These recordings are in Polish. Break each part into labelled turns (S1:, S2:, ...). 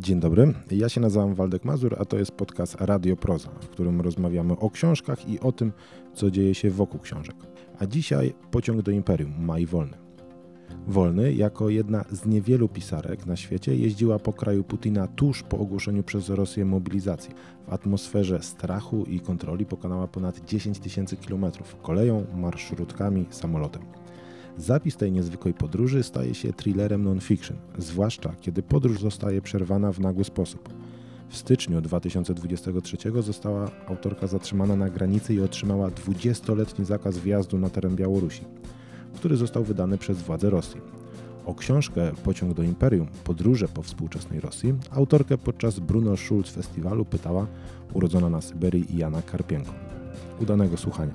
S1: Dzień dobry, ja się nazywam Waldek Mazur, a to jest podcast Radio Proza, w którym rozmawiamy o książkach i o tym, co dzieje się wokół książek. A dzisiaj Pociąg do Imperium Mai Wolny. Wolny, jako jedna z niewielu pisarek na świecie, jeździła po kraju Putina tuż po ogłoszeniu przez Rosję mobilizacji. W atmosferze strachu i kontroli pokonała ponad 10 000 kilometrów koleją, marszrutkami, samolotem. Zapis tej niezwykłej podróży staje się thrillerem non-fiction, zwłaszcza kiedy podróż zostaje przerwana w nagły sposób. W styczniu 2023 została autorka zatrzymana na granicy i otrzymała 20-letni zakaz wjazdu na teren Białorusi, który został wydany przez władze Rosji. O książkę Pociąg do Imperium – Podróże po współczesnej Rosji autorkę podczas Bruno Schulz Festiwalu pytała urodzona na Syberii Jana Karpienko. Udanego słuchania.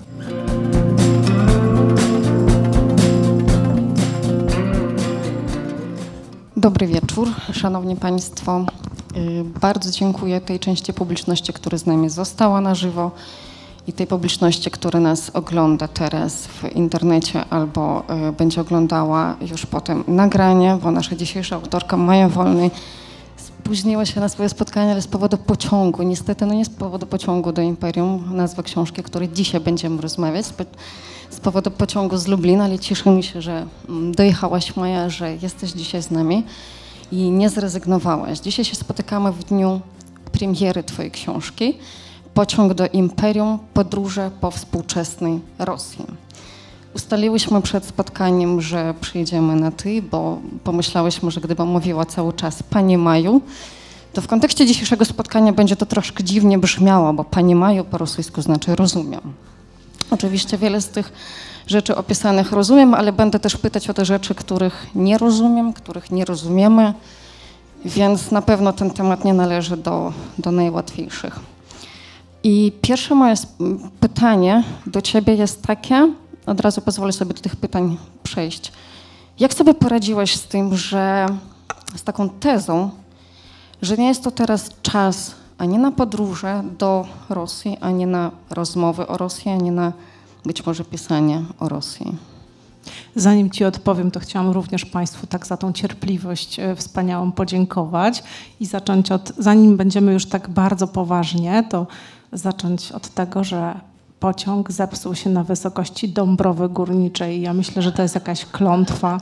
S2: Dobry wieczór, Szanowni Państwo. Bardzo dziękuję tej części publiczności, która z nami została na żywo i tej publiczności, która nas ogląda teraz w internecie albo będzie oglądała już potem nagranie, bo nasza dzisiejsza autorka Maja Wolny spóźniła się na swoje spotkanie, ale z powodu pociągu. Niestety, nie z powodu pociągu do Imperium, nazwa książki, o której dzisiaj będziemy rozmawiać, z powodu pociągu z Lublina, ale cieszymy się, że dojechałaś, Maja, że jesteś dzisiaj z nami i nie zrezygnowałaś. Dzisiaj się spotykamy w dniu premiery twojej książki Pociąg do Imperium – Podróże po współczesnej Rosji. Ustaliłyśmy przed spotkaniem, że przyjedziemy na ty, bo pomyślałyśmy, że gdybym mówiła cały czas Pani Maju, to w kontekście dzisiejszego spotkania będzie to troszkę dziwnie brzmiało, bo Pani Maju po rosyjsku znaczy rozumiem. Oczywiście wiele z tych rzeczy opisanych rozumiem, ale będę też pytać o te rzeczy, których nie rozumiem, których nie rozumiemy, więc na pewno ten temat nie należy do najłatwiejszych. I pierwsze moje pytanie do ciebie jest takie, od razu pozwolę sobie do tych pytań przejść. Jak sobie poradziłeś z tym, z taką tezą, że nie jest to teraz czas ani na podróże do Rosji, ani na rozmowy o Rosji, ani na być może pisanie o Rosji?
S3: Zanim Ci odpowiem, to chciałam również Państwu tak za tą cierpliwość wspaniałą podziękować i zanim będziemy już tak bardzo poważnie, to zacząć od tego, że pociąg zepsuł się na wysokości Dąbrowy Górniczej. Ja myślę, że to jest jakaś klątwa.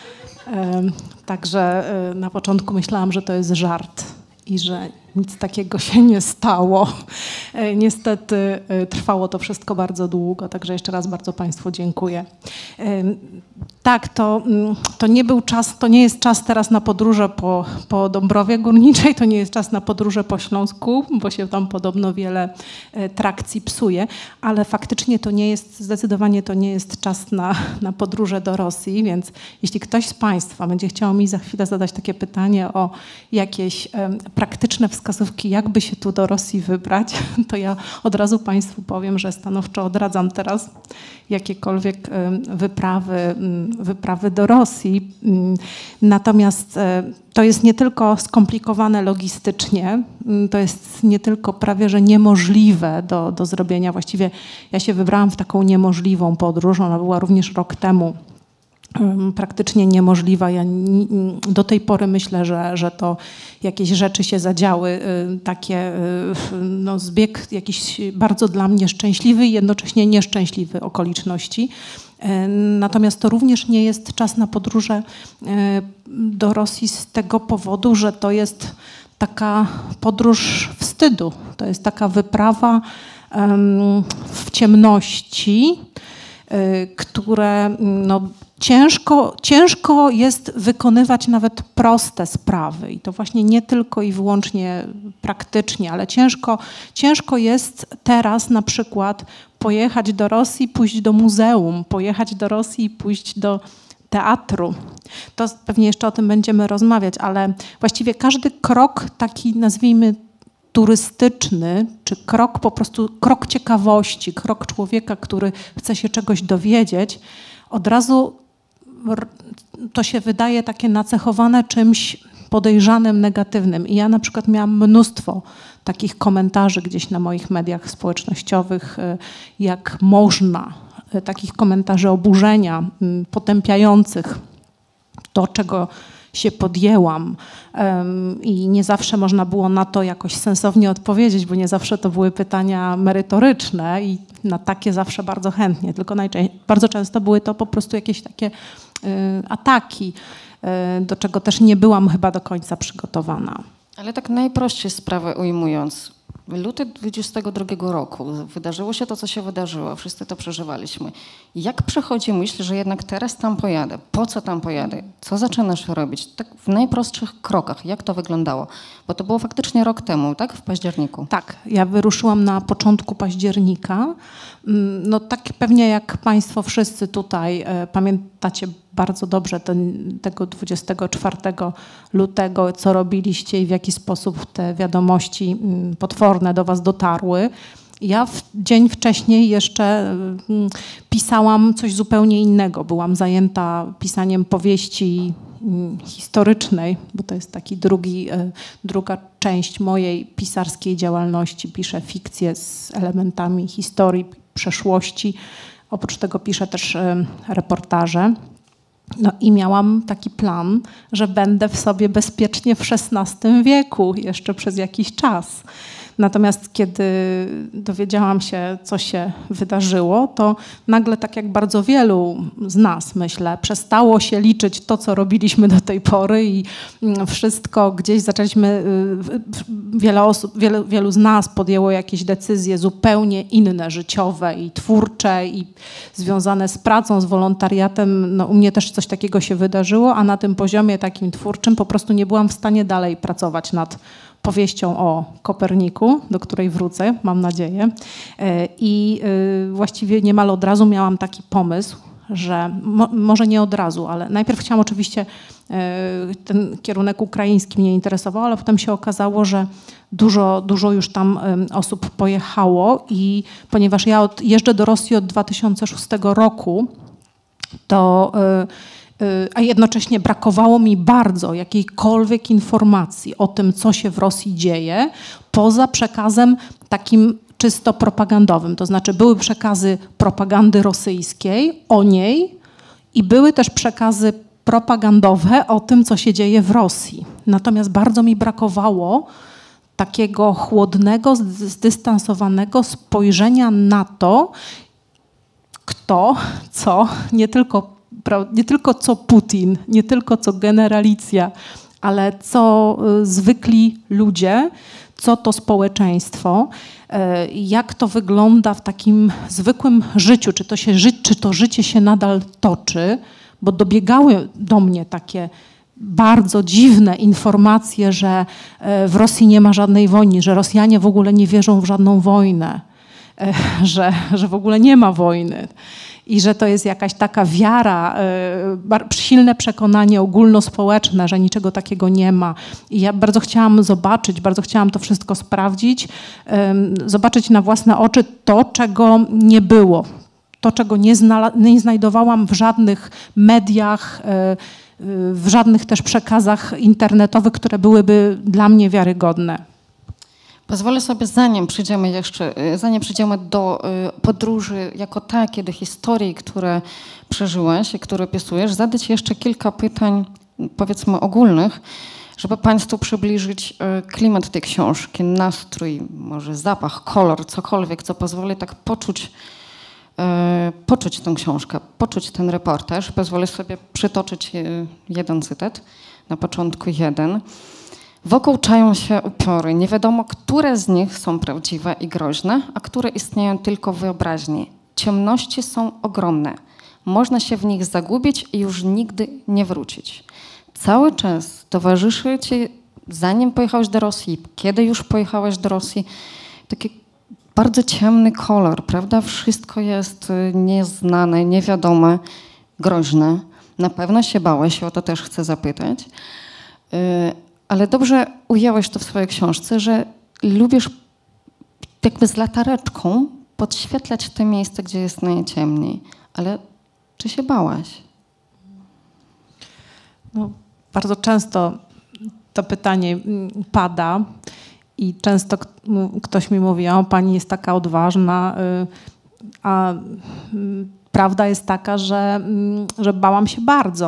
S3: Także na początku myślałam, że to jest żart i że nic takiego się nie stało. Niestety trwało to wszystko bardzo długo, także jeszcze raz bardzo Państwu dziękuję. Tak, to nie był czas, to nie jest czas teraz na podróże po Dąbrowie Górniczej, to nie jest czas na podróże po Śląsku, bo się tam podobno wiele trakcji psuje, ale faktycznie zdecydowanie to nie jest czas na podróże do Rosji, więc jeśli ktoś z Państwa będzie chciał mi za chwilę zadać takie pytanie o jakieś praktyczne wskazówki, jakby się tu do Rosji wybrać, to ja od razu Państwu powiem, że stanowczo odradzam teraz jakiekolwiek wyprawy do Rosji. Natomiast to jest nie tylko skomplikowane logistycznie, to jest nie tylko prawie że niemożliwe do zrobienia. Właściwie ja się wybrałam w taką niemożliwą podróż, ona była również rok temu. Praktycznie niemożliwa. Ja do tej pory myślę, że to jakieś rzeczy się zadziały, takie zbieg jakiś bardzo dla mnie szczęśliwy i jednocześnie nieszczęśliwy okoliczności. Natomiast to również nie jest czas na podróże do Rosji z tego powodu, że to jest taka podróż wstydu. To jest taka wyprawa w ciemności, które ciężko jest wykonywać nawet proste sprawy i to właśnie nie tylko i wyłącznie praktycznie, ale ciężko jest teraz na przykład pojechać do Rosji, pójść do muzeum, pojechać do Rosji i pójść do teatru. To pewnie jeszcze o tym będziemy rozmawiać, ale właściwie każdy krok taki, nazwijmy, turystyczny, czy krok ciekawości, krok człowieka, który chce się czegoś dowiedzieć, od razu to się wydaje takie nacechowane czymś podejrzanym, negatywnym. I ja na przykład miałam mnóstwo takich komentarzy gdzieś na moich mediach społecznościowych, jak można, takich komentarzy oburzenia, potępiających to, czego się podjęłam. I nie zawsze można było na to jakoś sensownie odpowiedzieć, bo nie zawsze to były pytania merytoryczne i na takie zawsze bardzo chętnie, tylko bardzo często były to po prostu jakieś takie ataki, do czego też nie byłam chyba do końca przygotowana.
S2: Ale tak najprościej sprawę ujmując, luty 22 roku wydarzyło się to, co się wydarzyło, wszyscy to przeżywaliśmy. Jak przechodzi myśl, że jednak teraz tam pojadę? Po co tam pojadę? Co zaczynasz robić? Tak w najprostszych krokach, jak to wyglądało? Bo to było faktycznie rok temu, tak? W październiku.
S3: Tak, ja wyruszyłam na początku października. No tak pewnie jak Państwo wszyscy tutaj pamiętacie bardzo dobrze tego 24 lutego, co robiliście i w jaki sposób te wiadomości potworne do Was dotarły. Ja dzień wcześniej jeszcze pisałam coś zupełnie innego. Byłam zajęta pisaniem powieści historycznej, bo to jest taki druga część mojej pisarskiej działalności. Piszę fikcję z elementami historii, przeszłości. Oprócz tego piszę też reportaże. No i miałam taki plan, że będę w sobie bezpiecznie w XVI wieku jeszcze przez jakiś czas. Natomiast kiedy dowiedziałam się, co się wydarzyło, to nagle, tak jak bardzo wielu z nas, myślę, przestało się liczyć to, co robiliśmy do tej pory i wszystko gdzieś zaczęliśmy, wielu z nas podjęło jakieś decyzje zupełnie inne, życiowe i twórcze i związane z pracą, z wolontariatem. No, u mnie też coś takiego się wydarzyło, a na tym poziomie takim twórczym po prostu nie byłam w stanie dalej pracować nad powieścią o Koperniku, do której wrócę, mam nadzieję. I właściwie niemal od razu miałam taki pomysł, że może nie od razu, ale najpierw chciałam oczywiście, ten kierunek ukraiński mnie interesował, ale potem się okazało, że dużo już tam osób pojechało i ponieważ ja jeżdżę do Rosji od 2006 roku, to a jednocześnie brakowało mi bardzo jakiejkolwiek informacji o tym, co się w Rosji dzieje, poza przekazem takim czysto propagandowym. To znaczy były przekazy propagandy rosyjskiej o niej i były też przekazy propagandowe o tym, co się dzieje w Rosji. Natomiast bardzo mi brakowało takiego chłodnego, zdystansowanego spojrzenia na to, kto, co, nie tylko co Putin, nie tylko co generalicja, ale co zwykli ludzie, co to społeczeństwo, jak to wygląda w takim zwykłym życiu, czy to życie się nadal toczy, bo dobiegały do mnie takie bardzo dziwne informacje, że w Rosji nie ma żadnej wojny, że Rosjanie w ogóle nie wierzą w żadną wojnę, że w ogóle nie ma wojny. I że to jest jakaś taka wiara, silne przekonanie ogólnospołeczne, że niczego takiego nie ma. I ja bardzo chciałam zobaczyć, bardzo chciałam to wszystko sprawdzić, zobaczyć na własne oczy to, czego nie było. To, czego nie znajdowałam w żadnych mediach, w żadnych też przekazach internetowych, które byłyby dla mnie wiarygodne.
S2: Pozwolę sobie, zanim przejdziemy do podróży jako takiej, do historii, które przeżyłaś i które opisujesz, zadać jeszcze kilka pytań, powiedzmy ogólnych, żeby Państwu przybliżyć klimat tej książki, nastrój, może zapach, kolor, cokolwiek, co pozwoli tak poczuć tę książkę, poczuć ten reportaż. Pozwolę sobie przytoczyć jeden cytat, na początku jeden. Wokół czają się upiory. Nie wiadomo, które z nich są prawdziwe i groźne, a które istnieją tylko w wyobraźni. Ciemności są ogromne. Można się w nich zagubić i już nigdy nie wrócić. Cały czas towarzyszy ci, zanim pojechałeś do Rosji, kiedy już pojechałeś do Rosji, taki bardzo ciemny kolor, prawda? Wszystko jest nieznane, niewiadome, groźne. Na pewno się bałeś, o to też chcę zapytać. Ale dobrze ujęłeś to w swojej książce, że lubisz jakby z latareczką podświetlać te miejsca, gdzie jest najciemniej. Ale czy się bałaś?
S3: No, bardzo często to pytanie pada i często ktoś mi mówi, o, pani jest taka odważna, a prawda jest taka, że bałam się bardzo.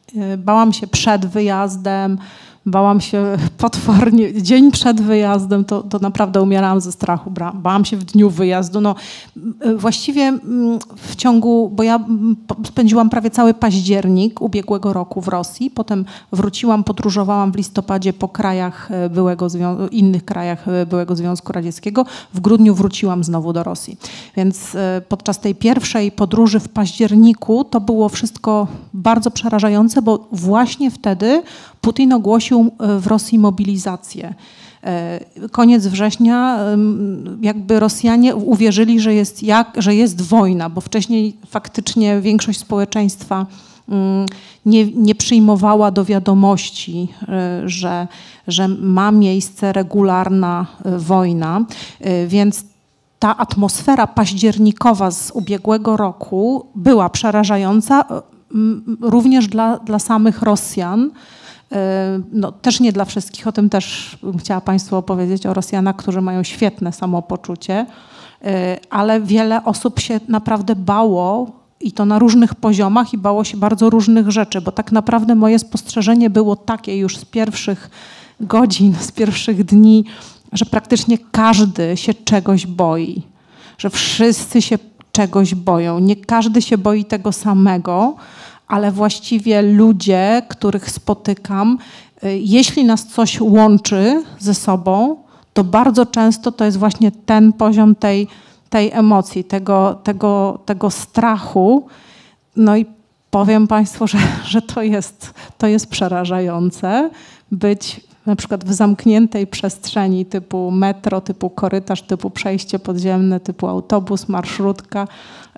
S3: Bałam się przed wyjazdem, bałam się potwornie, dzień przed wyjazdem, to naprawdę umierałam ze strachu, bałam się w dniu wyjazdu. No, właściwie w ciągu, bo ja spędziłam prawie cały październik ubiegłego roku w Rosji, potem wróciłam, podróżowałam w listopadzie po krajach innych krajach byłego Związku Radzieckiego, w grudniu wróciłam znowu do Rosji. Więc podczas tej pierwszej podróży w październiku to było wszystko bardzo przerażające, bo właśnie wtedy Putin ogłosił w Rosji mobilizację. Koniec września jakby Rosjanie uwierzyli, że jest wojna, bo wcześniej faktycznie większość społeczeństwa nie przyjmowała do wiadomości, że ma miejsce regularna wojna, więc ta atmosfera październikowa z ubiegłego roku była przerażająca również dla samych Rosjan. No, też nie dla wszystkich, o tym też bym chciała Państwu opowiedzieć, o Rosjanach, którzy mają świetne samopoczucie, ale wiele osób się naprawdę bało i to na różnych poziomach i bało się bardzo różnych rzeczy, bo tak naprawdę moje spostrzeżenie było takie już z pierwszych godzin, z pierwszych dni, że praktycznie każdy się czegoś boi, że wszyscy się czegoś boją. Nie każdy się boi tego samego, ale właściwie ludzie, których spotykam, jeśli nas coś łączy ze sobą, to bardzo często to jest właśnie ten poziom tej emocji, tego strachu. No i powiem Państwu, że to jest przerażające być na przykład w zamkniętej przestrzeni typu metro, typu korytarz, typu przejście podziemne, typu autobus, marszrutka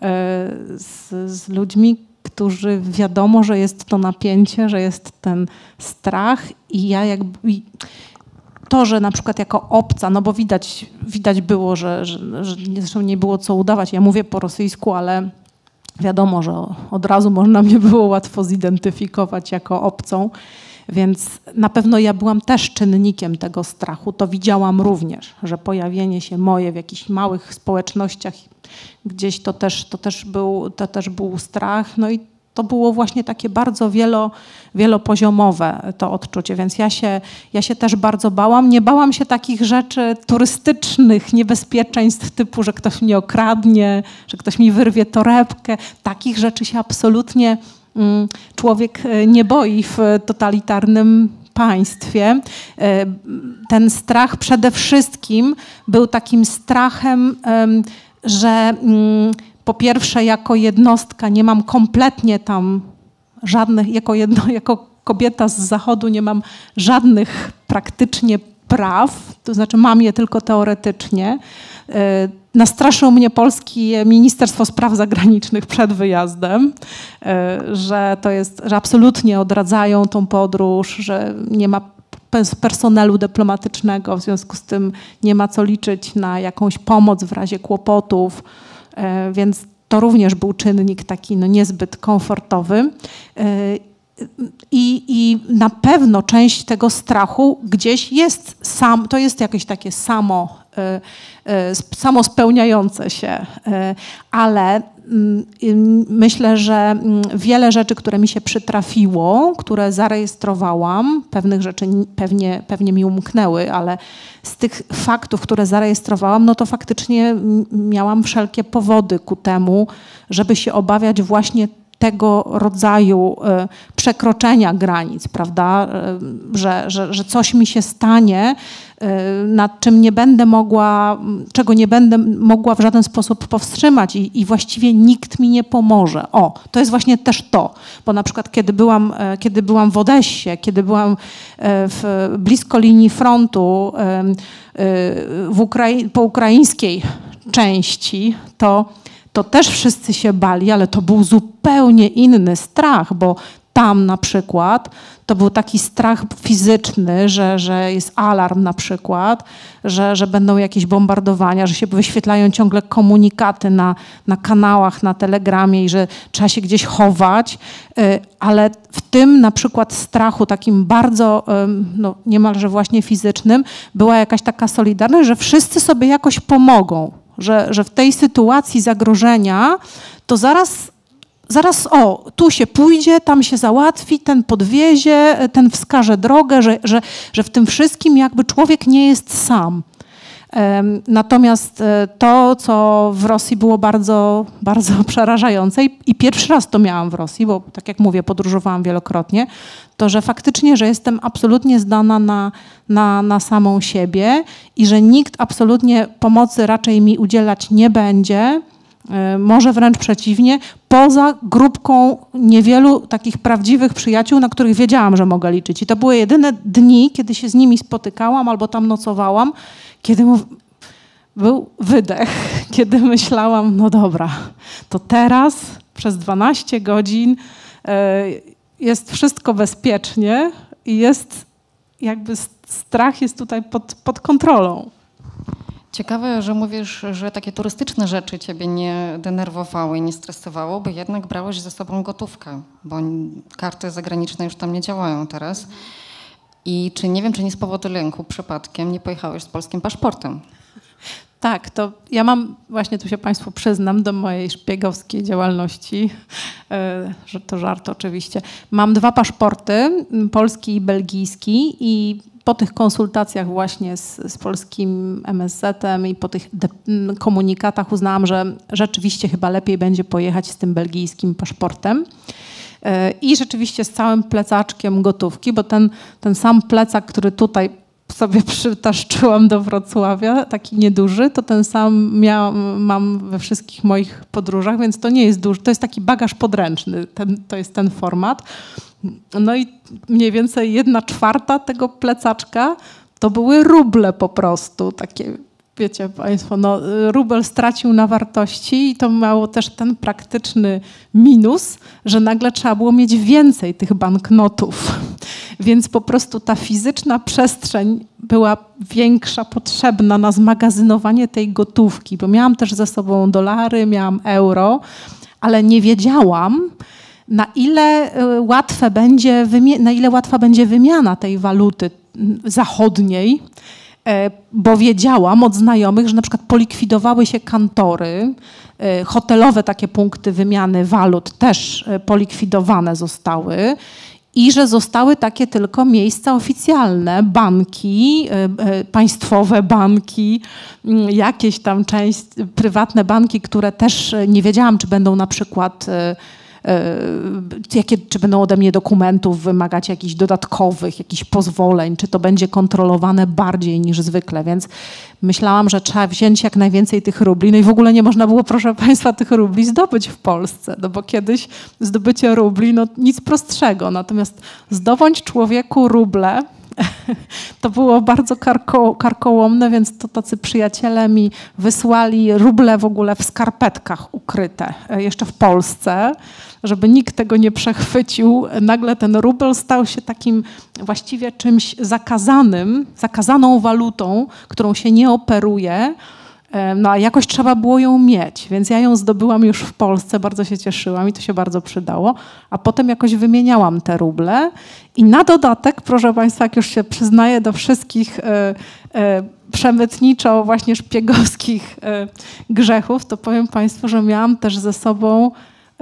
S3: z ludźmi, którzy wiadomo, że jest to napięcie, że jest ten strach i to, że na przykład jako obca, no bo widać było, że zresztą nie było co udawać. Ja mówię po rosyjsku, ale wiadomo, że od razu można mnie było łatwo zidentyfikować jako obcą, więc na pewno ja byłam też czynnikiem tego strachu. To widziałam również, że pojawienie się moje w jakichś małych społecznościach gdzieś to też był strach. No i to było właśnie takie bardzo wielopoziomowe to odczucie, więc ja się też bardzo bałam. Nie bałam się takich rzeczy turystycznych, niebezpieczeństw typu, że ktoś mnie okradnie, że ktoś mi wyrwie torebkę. Takich rzeczy się absolutnie człowiek nie boi w totalitarnym państwie. Ten strach przede wszystkim był takim strachem, że po pierwsze jako jednostka nie mam kompletnie tam żadnych, jako kobieta z Zachodu nie mam żadnych praktycznie praw, to znaczy mam je tylko teoretycznie. Nastraszył mnie polskie Ministerstwo Spraw Zagranicznych przed wyjazdem, że absolutnie odradzają tą podróż, że nie ma personelu dyplomatycznego, w związku z tym nie ma co liczyć na jakąś pomoc w razie kłopotów, więc to również był czynnik taki niezbyt komfortowy. I na pewno część tego strachu gdzieś jest to jest jakieś takie samospełniające się, ale myślę, że wiele rzeczy, które mi się przytrafiło, które zarejestrowałam, pewnych rzeczy pewnie mi umknęły, ale z tych faktów, które zarejestrowałam, no to faktycznie miałam wszelkie powody ku temu, żeby się obawiać właśnie tego rodzaju przekroczenia granic, prawda, że coś mi się stanie, nad czym czego nie będę mogła w żaden sposób powstrzymać i właściwie nikt mi nie pomoże. To jest właśnie też to, bo na przykład kiedy byłam w Odessie, kiedy byłam blisko linii frontu po ukraińskiej części, to też wszyscy się bali, ale to był zupełnie inny strach, bo tam na przykład to był taki strach fizyczny, że jest alarm na przykład, że będą jakieś bombardowania, że się wyświetlają ciągle komunikaty na kanałach, na telegramie i że trzeba się gdzieś chować, ale w tym na przykład strachu takim bardzo niemalże właśnie fizycznym była jakaś taka solidarność, że wszyscy sobie jakoś pomogą. Że w tej sytuacji zagrożenia to zaraz zaraz, tu się pójdzie, tam się załatwi, ten podwiezie, ten wskaże drogę, że w tym wszystkim jakby człowiek nie jest sam. Natomiast to, co w Rosji było bardzo, bardzo przerażające i pierwszy raz to miałam w Rosji, bo tak jak mówię, podróżowałam wielokrotnie, to, że faktycznie, że jestem absolutnie zdana na samą siebie i że nikt absolutnie pomocy raczej mi udzielać nie będzie, może wręcz przeciwnie, poza grupką niewielu takich prawdziwych przyjaciół, na których wiedziałam, że mogę liczyć. I to były jedyne dni, kiedy się z nimi spotykałam albo tam nocowałam, kiedy był wydech, kiedy myślałam, no dobra, to teraz przez 12 godzin jest wszystko bezpiecznie i jest jakby strach jest tutaj pod kontrolą.
S2: Ciekawe, że mówisz, że takie turystyczne rzeczy ciebie nie denerwowały i nie stresowało, bo jednak brałeś ze sobą gotówkę, bo karty zagraniczne już tam nie działają teraz. I nie wiem, czy nie z powodu lęku przypadkiem nie pojechałeś z polskim paszportem.
S3: Tak, to ja mam, właśnie tu się Państwu przyznam do mojej szpiegowskiej działalności, że to żart oczywiście. Mam 2 paszporty, polski i belgijski i po tych konsultacjach właśnie z polskim MSZ-em i po tych komunikatach uznałam, że rzeczywiście chyba lepiej będzie pojechać z tym belgijskim paszportem. I rzeczywiście z całym plecaczkiem gotówki, bo ten sam plecak, który tutaj sobie przytaszczyłam do Wrocławia, taki nieduży, to ten sam mam we wszystkich moich podróżach, więc to nie jest duży, to jest taki bagaż podręczny, to jest ten format. No i mniej więcej 1/4 tego plecaczka to były ruble po prostu, takie, wiecie Państwo, no rubel stracił na wartości i to miało też ten praktyczny minus, że nagle trzeba było mieć więcej tych banknotów. Więc po prostu ta fizyczna przestrzeń była większa, potrzebna na zmagazynowanie tej gotówki, bo miałam też ze sobą dolary, miałam euro, ale nie wiedziałam, na ile łatwa będzie wymiana tej waluty zachodniej, bo wiedziałam od znajomych, że na przykład polikwidowały się kantory, hotelowe takie punkty wymiany walut też polikwidowane zostały i że zostały takie tylko miejsca oficjalne, banki, państwowe banki, jakieś tam prywatne banki, które też nie wiedziałam, czy będą na przykład czy będą ode mnie dokumentów wymagać jakichś dodatkowych, jakichś pozwoleń, czy to będzie kontrolowane bardziej niż zwykle, więc myślałam, że trzeba wziąć jak najwięcej tych rubli, no i w ogóle nie można było, proszę Państwa, tych rubli zdobyć w Polsce, no bo kiedyś zdobycie rubli, no nic prostszego, natomiast zdobądź człowieku ruble, to było bardzo karkołomne, więc to tacy przyjaciele mi wysłali ruble w ogóle w skarpetkach ukryte, jeszcze w Polsce, żeby nikt tego nie przechwycił. Nagle ten rubel stał się takim właściwie czymś zakazaną walutą, którą się nie operuje, no a jakoś trzeba było ją mieć, więc ja ją zdobyłam już w Polsce, bardzo się cieszyłam i to się bardzo przydało, a potem jakoś wymieniałam te ruble i na dodatek, proszę Państwa, jak już się przyznaję do wszystkich przemytniczo właśnie szpiegowskich grzechów, to powiem Państwu, że miałam też ze sobą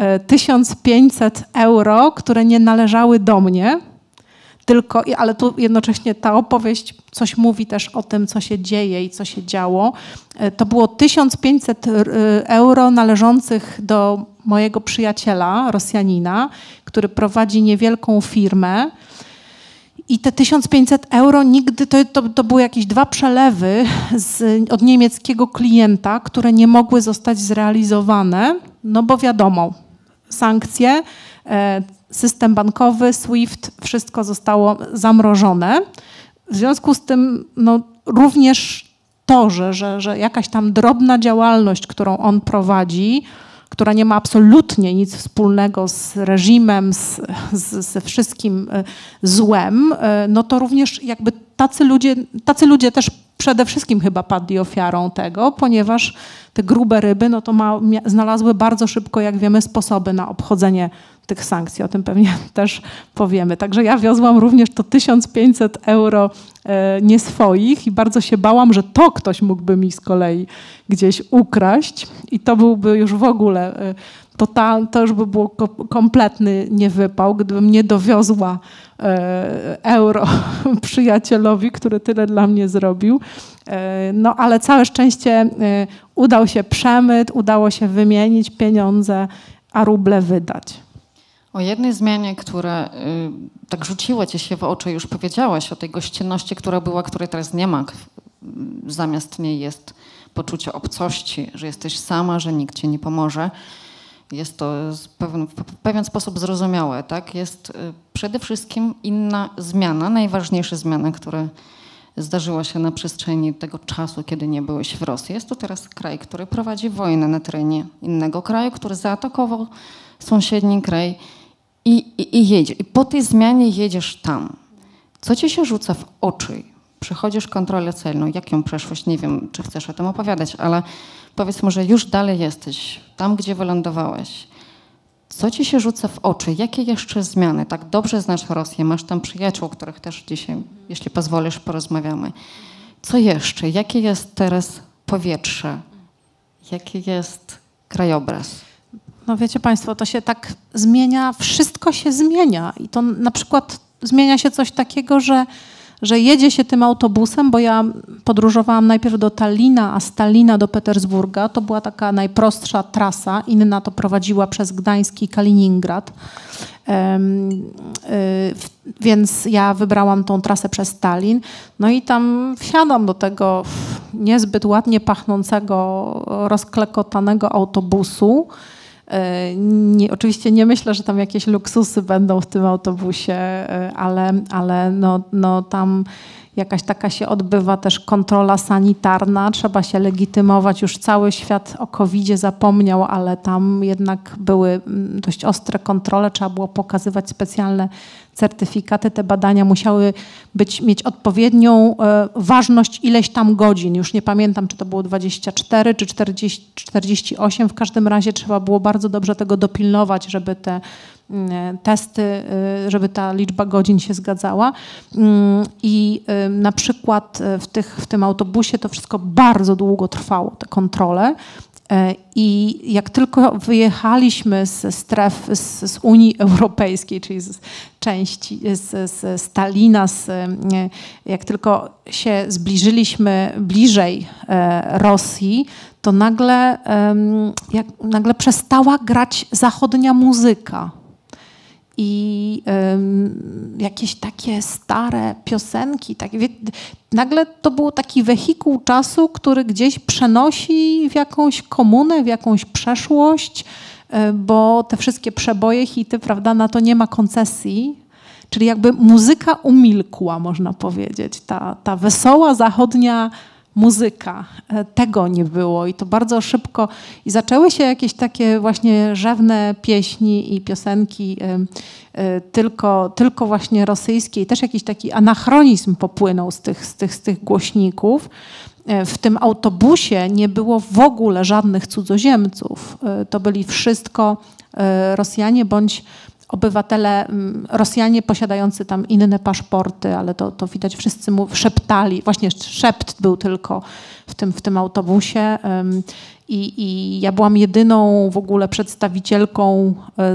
S3: 1500 euro, które nie należały do mnie, ale tu jednocześnie ta opowieść coś mówi też o tym, co się dzieje i co się działo. To było 1500 euro należących do mojego przyjaciela, Rosjanina, który prowadzi niewielką firmę. I te 1500 euro nigdy, to były jakieś 2 przelewy od niemieckiego klienta, które nie mogły zostać zrealizowane, no bo wiadomo, sankcje, system bankowy, SWIFT, wszystko zostało zamrożone. W związku z tym no, również to, że jakaś tam drobna działalność, którą on prowadzi, która nie ma absolutnie nic wspólnego z reżimem, ze wszystkim złem, no to również jakby tacy ludzie też przede wszystkim chyba padli ofiarą tego, ponieważ te grube ryby no to znalazły bardzo szybko, jak wiemy, sposoby na obchodzenie tych sankcji. O tym pewnie też powiemy. Także ja wiozłam również to 1500 euro nie swoich i bardzo się bałam, że to ktoś mógłby mi z kolei gdzieś ukraść i to byłby już w ogóle to już by było kompletny niewypał, gdybym nie dowiozła euro przyjacielowi, który tyle dla mnie zrobił. No ale całe szczęście udał się przemyt, udało się wymienić pieniądze, a ruble wydać.
S2: O jednej zmianie, która tak rzuciła ci się w oczy, już powiedziałaś o tej gościnności, która była, której teraz nie ma. Zamiast niej jest poczucie obcości, że jesteś sama, że nikt ci nie pomoże. Jest to w pewien sposób zrozumiałe, tak? Jest przede wszystkim inna zmiana, najważniejsza zmiana, która zdarzyła się na przestrzeni tego czasu, kiedy nie byłeś w Rosji. Jest to teraz kraj, który prowadzi wojnę na terenie innego kraju, który zaatakował sąsiedni kraj i jedzie. I po tej zmianie jedziesz tam. Co ci się rzuca w oczy? Przechodzisz kontrolę celną. Jak ją przeszłość? Nie wiem, czy chcesz o tym opowiadać, ale powiedzmy, że już dalej jesteś, tam gdzie wylądowałeś. Co ci się rzuca w oczy? Jakie jeszcze zmiany? Tak dobrze znasz Rosję, masz tam przyjaciół, o których też dzisiaj, jeśli pozwolisz, porozmawiamy. Co jeszcze? Jakie jest teraz powietrze? Jaki jest krajobraz?
S3: No wiecie Państwo, to się tak zmienia, wszystko się zmienia. I to na przykład zmienia się coś takiego, że jedzie się tym autobusem, bo ja podróżowałam najpierw do Tallina, a z Tallina do Petersburga. To była taka najprostsza trasa, inna to prowadziła przez Gdańsk i Kaliningrad. Więc ja wybrałam tą trasę przez Tallin. No i tam wsiadam do tego niezbyt ładnie pachnącego, rozklekotanego autobusu. Oczywiście nie myślę, że tam jakieś luksusy będą w tym autobusie, ale no tam jakaś taka się odbywa też kontrola sanitarna, trzeba się legitymować, już cały świat o COVID-zie zapomniał, ale tam jednak były dość ostre kontrole, trzeba było pokazywać specjalne certyfikaty, te badania musiały mieć odpowiednią ważność ileś tam godzin. Już nie pamiętam, czy to było 24 czy 48. W każdym razie trzeba było bardzo dobrze tego dopilnować, żeby te testy, żeby ta liczba godzin się zgadzała. I na przykład w tym autobusie to wszystko bardzo długo trwało, te kontrole. I jak tylko wyjechaliśmy z stref, z Unii Europejskiej, czyli z części, z Tallina, jak tylko się zbliżyliśmy bliżej Rosji, to nagle przestała grać zachodnia muzyka. I jakieś takie stare piosenki. Nagle to był taki wehikuł czasu, który gdzieś przenosi w jakąś komunę, w jakąś przeszłość, bo te wszystkie przeboje, hity, prawda, na to nie ma koncesji. Czyli jakby muzyka umilkła, można powiedzieć. Ta wesoła zachodnia muzyka. Tego nie było i to bardzo szybko. I zaczęły się jakieś takie właśnie rzewne pieśni i piosenki tylko właśnie rosyjskie. I też jakiś taki anachronizm popłynął z tych głośników. W tym autobusie nie było w ogóle żadnych cudzoziemców. To byli wszystko Rosjanie bądź obywatele, Rosjanie posiadający tam inne paszporty, ale to widać, wszyscy szeptali, właśnie szept był tylko w tym autobusie i ja byłam jedyną w ogóle przedstawicielką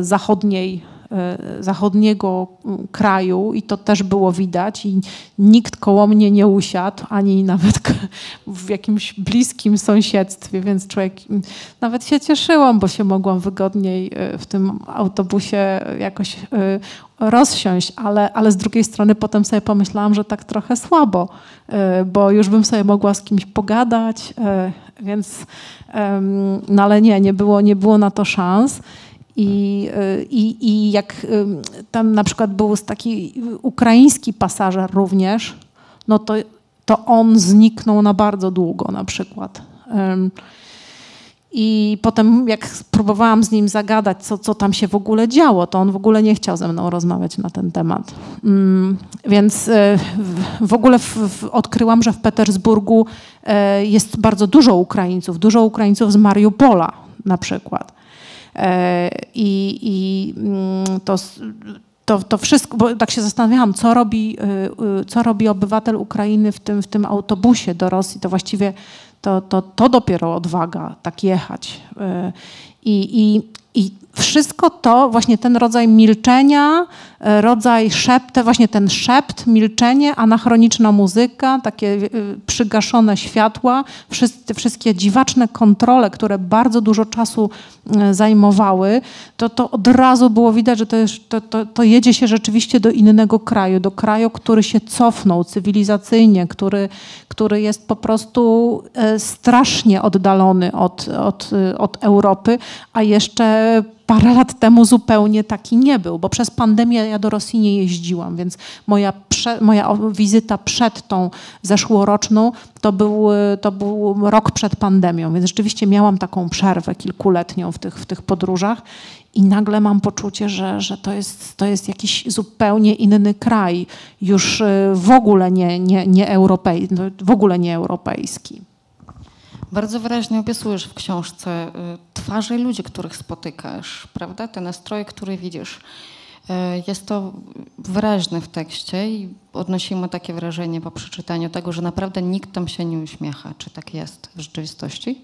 S3: zachodniego kraju i to też było widać i nikt koło mnie nie usiadł, ani nawet w jakimś bliskim sąsiedztwie, więc nawet się cieszyłam, bo się mogłam wygodniej w tym autobusie jakoś rozsiąść, ale z drugiej strony potem sobie pomyślałam, że tak trochę słabo, bo już bym sobie mogła z kimś pogadać, więc no ale nie było na to szans. I jak tam na przykład był taki ukraiński pasażer również, no to on zniknął na bardzo długo na przykład. I potem jak spróbowałam z nim zagadać, co tam się w ogóle działo, to on w ogóle nie chciał ze mną rozmawiać na ten temat. Więc w ogóle odkryłam, że w Petersburgu jest bardzo dużo Ukraińców z Mariupola na przykład. I to wszystko, bo tak się zastanawiałam, co robi obywatel Ukrainy w tym autobusie do Rosji, to właściwie to dopiero odwaga tak jechać. I I wszystko to, właśnie ten rodzaj milczenia, rodzaj szeptu, właśnie ten szept, milczenie, anachroniczna muzyka, takie przygaszone światła, wszystkie dziwaczne kontrole, które bardzo dużo czasu zajmowały, to od razu było widać, że to jedzie się rzeczywiście do innego kraju, do kraju, który się cofnął cywilizacyjnie, który jest po prostu strasznie oddalony od Europy, a jeszcze parę lat temu zupełnie taki nie był, bo przez pandemię ja do Rosji nie jeździłam, więc moja wizyta przed tą zeszłoroczną to był rok przed pandemią, więc rzeczywiście miałam taką przerwę kilkuletnią w tych podróżach i nagle mam poczucie, że to jest jakiś zupełnie inny kraj, już w ogóle nie europejski.
S2: Bardzo wyraźnie opisujesz w książce twarze ludzi, których spotykasz, prawda? Te nastroje, które widzisz. Jest to wyraźne w tekście i odnosimy takie wrażenie po przeczytaniu tego, że naprawdę nikt tam się nie uśmiecha. Czy tak jest w rzeczywistości?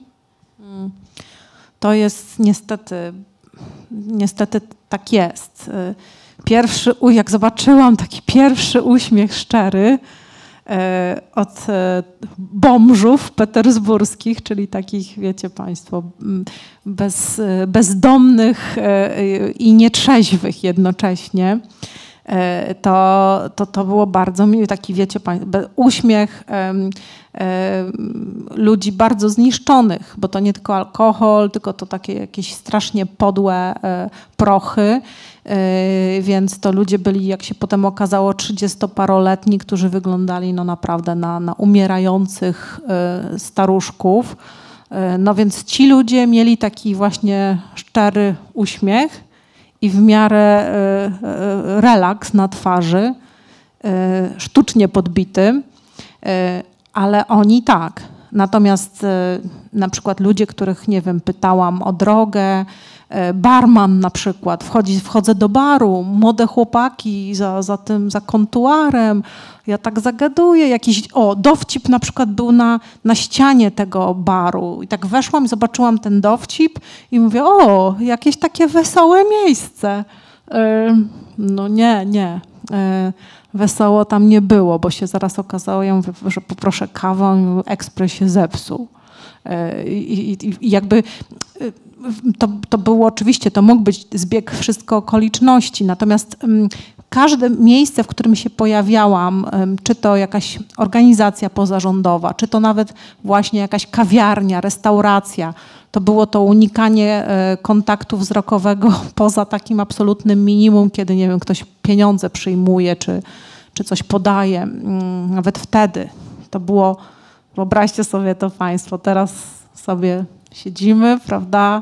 S3: To jest niestety tak jest. Jak zobaczyłam taki pierwszy uśmiech szczery od bomżów petersburskich, czyli takich, wiecie państwo, bezdomnych i nietrzeźwych jednocześnie, to było bardzo miły, taki, wiecie państwo, uśmiech ludzi bardzo zniszczonych, bo to nie tylko alkohol, tylko to takie jakieś strasznie podłe prochy, więc to ludzie byli, jak się potem okazało, 30-paroletni, którzy wyglądali no naprawdę na umierających staruszków. No więc ci ludzie mieli taki właśnie szczery uśmiech i w miarę relaks na twarzy, sztucznie podbity, ale oni tak. Natomiast na przykład ludzie, których, nie wiem, pytałam o drogę, barman na przykład, wchodzę do baru, młode chłopaki za kontuarem, ja tak zagaduję, jakiś, dowcip na przykład był na ścianie tego baru i tak weszłam i zobaczyłam ten dowcip i mówię, jakieś takie wesołe miejsce. No nie. Wesoło tam nie było, bo się zaraz okazało, ja mówię, że poproszę kawę, ekspres się zepsuł. I jakby to było oczywiście, to mógł być zbieg wszystko okoliczności, natomiast każde miejsce, w którym się pojawiałam, czy to jakaś organizacja pozarządowa, czy to nawet właśnie jakaś kawiarnia, restauracja, to było to unikanie kontaktu wzrokowego poza takim absolutnym minimum, kiedy, nie wiem, ktoś pieniądze przyjmuje, czy coś podaje. Nawet wtedy to było, wyobraźcie sobie to państwo, teraz sobie siedzimy, prawda,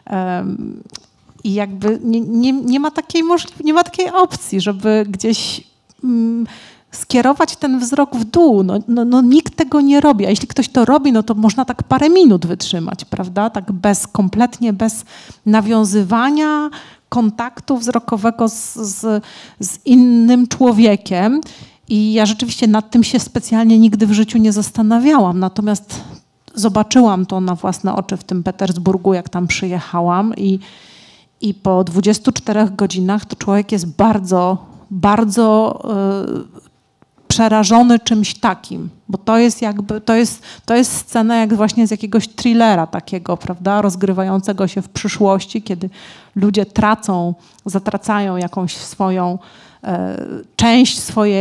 S3: i jakby nie ma takiej nie ma takiej opcji, żeby gdzieś skierować ten wzrok w dół. No, nikt tego nie robi, a jeśli ktoś to robi, no to można tak parę minut wytrzymać, prawda, tak kompletnie bez nawiązywania kontaktu wzrokowego z innym człowiekiem. I ja rzeczywiście nad tym się specjalnie nigdy w życiu nie zastanawiałam, natomiast zobaczyłam to na własne oczy w tym Petersburgu, jak tam przyjechałam i po 24 godzinach to człowiek jest bardzo, bardzo przerażony czymś takim, bo to jest jakby, to jest scena jak właśnie z jakiegoś thrillera takiego, prawda, rozgrywającego się w przyszłości, kiedy ludzie zatracają jakąś swoją część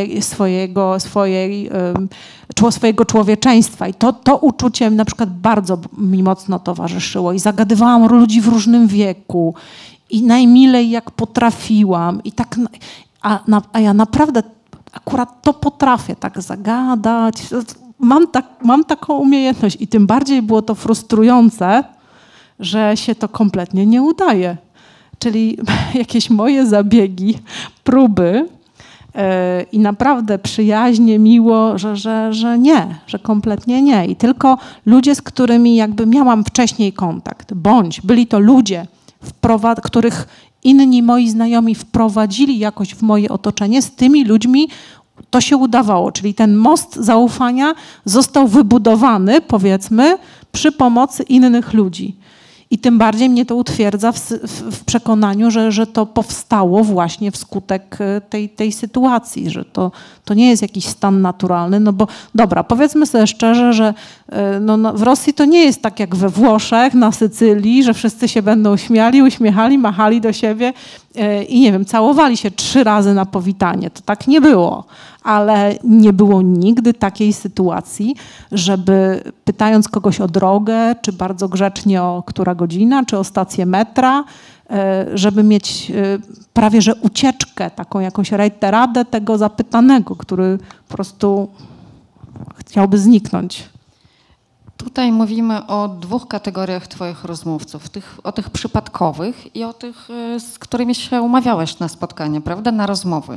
S3: swojego człowieczeństwa. I to uczucie na przykład bardzo mi mocno towarzyszyło i zagadywałam ludzi w różnym wieku i najmilej jak potrafiłam. I tak, a ja naprawdę akurat to potrafię tak zagadać. Mam taką umiejętność i tym bardziej było to frustrujące, że się to kompletnie nie udaje. Czyli jakieś moje zabiegi, próby i naprawdę przyjaźnie, miło, że kompletnie nie. I tylko ludzie, z którymi jakby miałam wcześniej kontakt, bądź byli to ludzie, których inni moi znajomi wprowadzili jakoś w moje otoczenie, z tymi ludźmi to się udawało. Czyli ten most zaufania został wybudowany, powiedzmy, przy pomocy innych ludzi. I tym bardziej mnie to utwierdza w przekonaniu, że to powstało właśnie wskutek tej sytuacji, że to nie jest jakiś stan naturalny, no bo dobra, powiedzmy sobie szczerze, że w Rosji to nie jest tak jak we Włoszech, na Sycylii, że wszyscy się będą śmiali, uśmiechali, machali do siebie i nie wiem, całowali się 3 razy na powitanie. To tak nie było, ale nie było nigdy takiej sytuacji, żeby pytając kogoś o drogę, czy bardzo grzecznie o która godzina, czy o stację metra, żeby mieć prawie że ucieczkę, taką jakąś reiteradę tego zapytanego, który po prostu chciałby zniknąć.
S2: Tutaj mówimy o 2 kategoriach twoich rozmówców. O tych przypadkowych i o tych, z którymi się umawiałeś na spotkania, prawda, na rozmowy.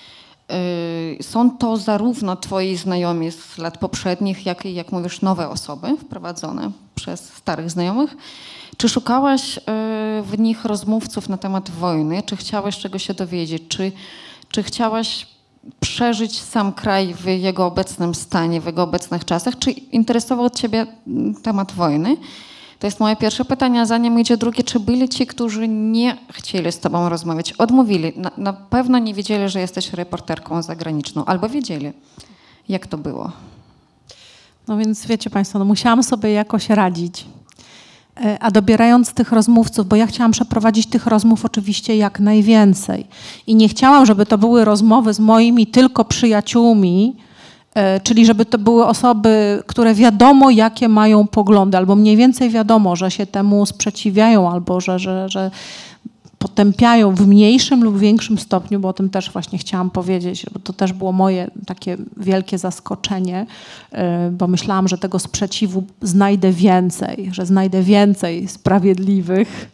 S2: Są to zarówno twoi znajomi z lat poprzednich, jak i, jak mówisz, nowe osoby wprowadzone przez starych znajomych. Czy szukałaś w nich rozmówców na temat wojny? Czy chciałaś czegoś się dowiedzieć? Czy chciałaś przeżyć sam kraj w jego obecnym stanie, w jego obecnych czasach? Czy interesował ciebie temat wojny? To jest moje pierwsze pytanie, a zanim idzie drugie, czy byli ci, którzy nie chcieli z tobą rozmawiać, odmówili, na pewno nie wiedzieli, że jesteś reporterką zagraniczną, albo wiedzieli. Jak to było?
S3: No więc wiecie państwo, musiałam sobie jakoś radzić. A dobierając tych rozmówców, bo ja chciałam przeprowadzić tych rozmów oczywiście jak najwięcej. I nie chciałam, żeby to były rozmowy z moimi tylko przyjaciółmi, czyli żeby to były osoby, które wiadomo, jakie mają poglądy, albo mniej więcej wiadomo, że się temu sprzeciwiają, albo że potępiają w mniejszym lub większym stopniu, bo o tym też właśnie chciałam powiedzieć, bo to też było moje takie wielkie zaskoczenie, bo myślałam, że tego sprzeciwu znajdę więcej, że znajdę więcej sprawiedliwych.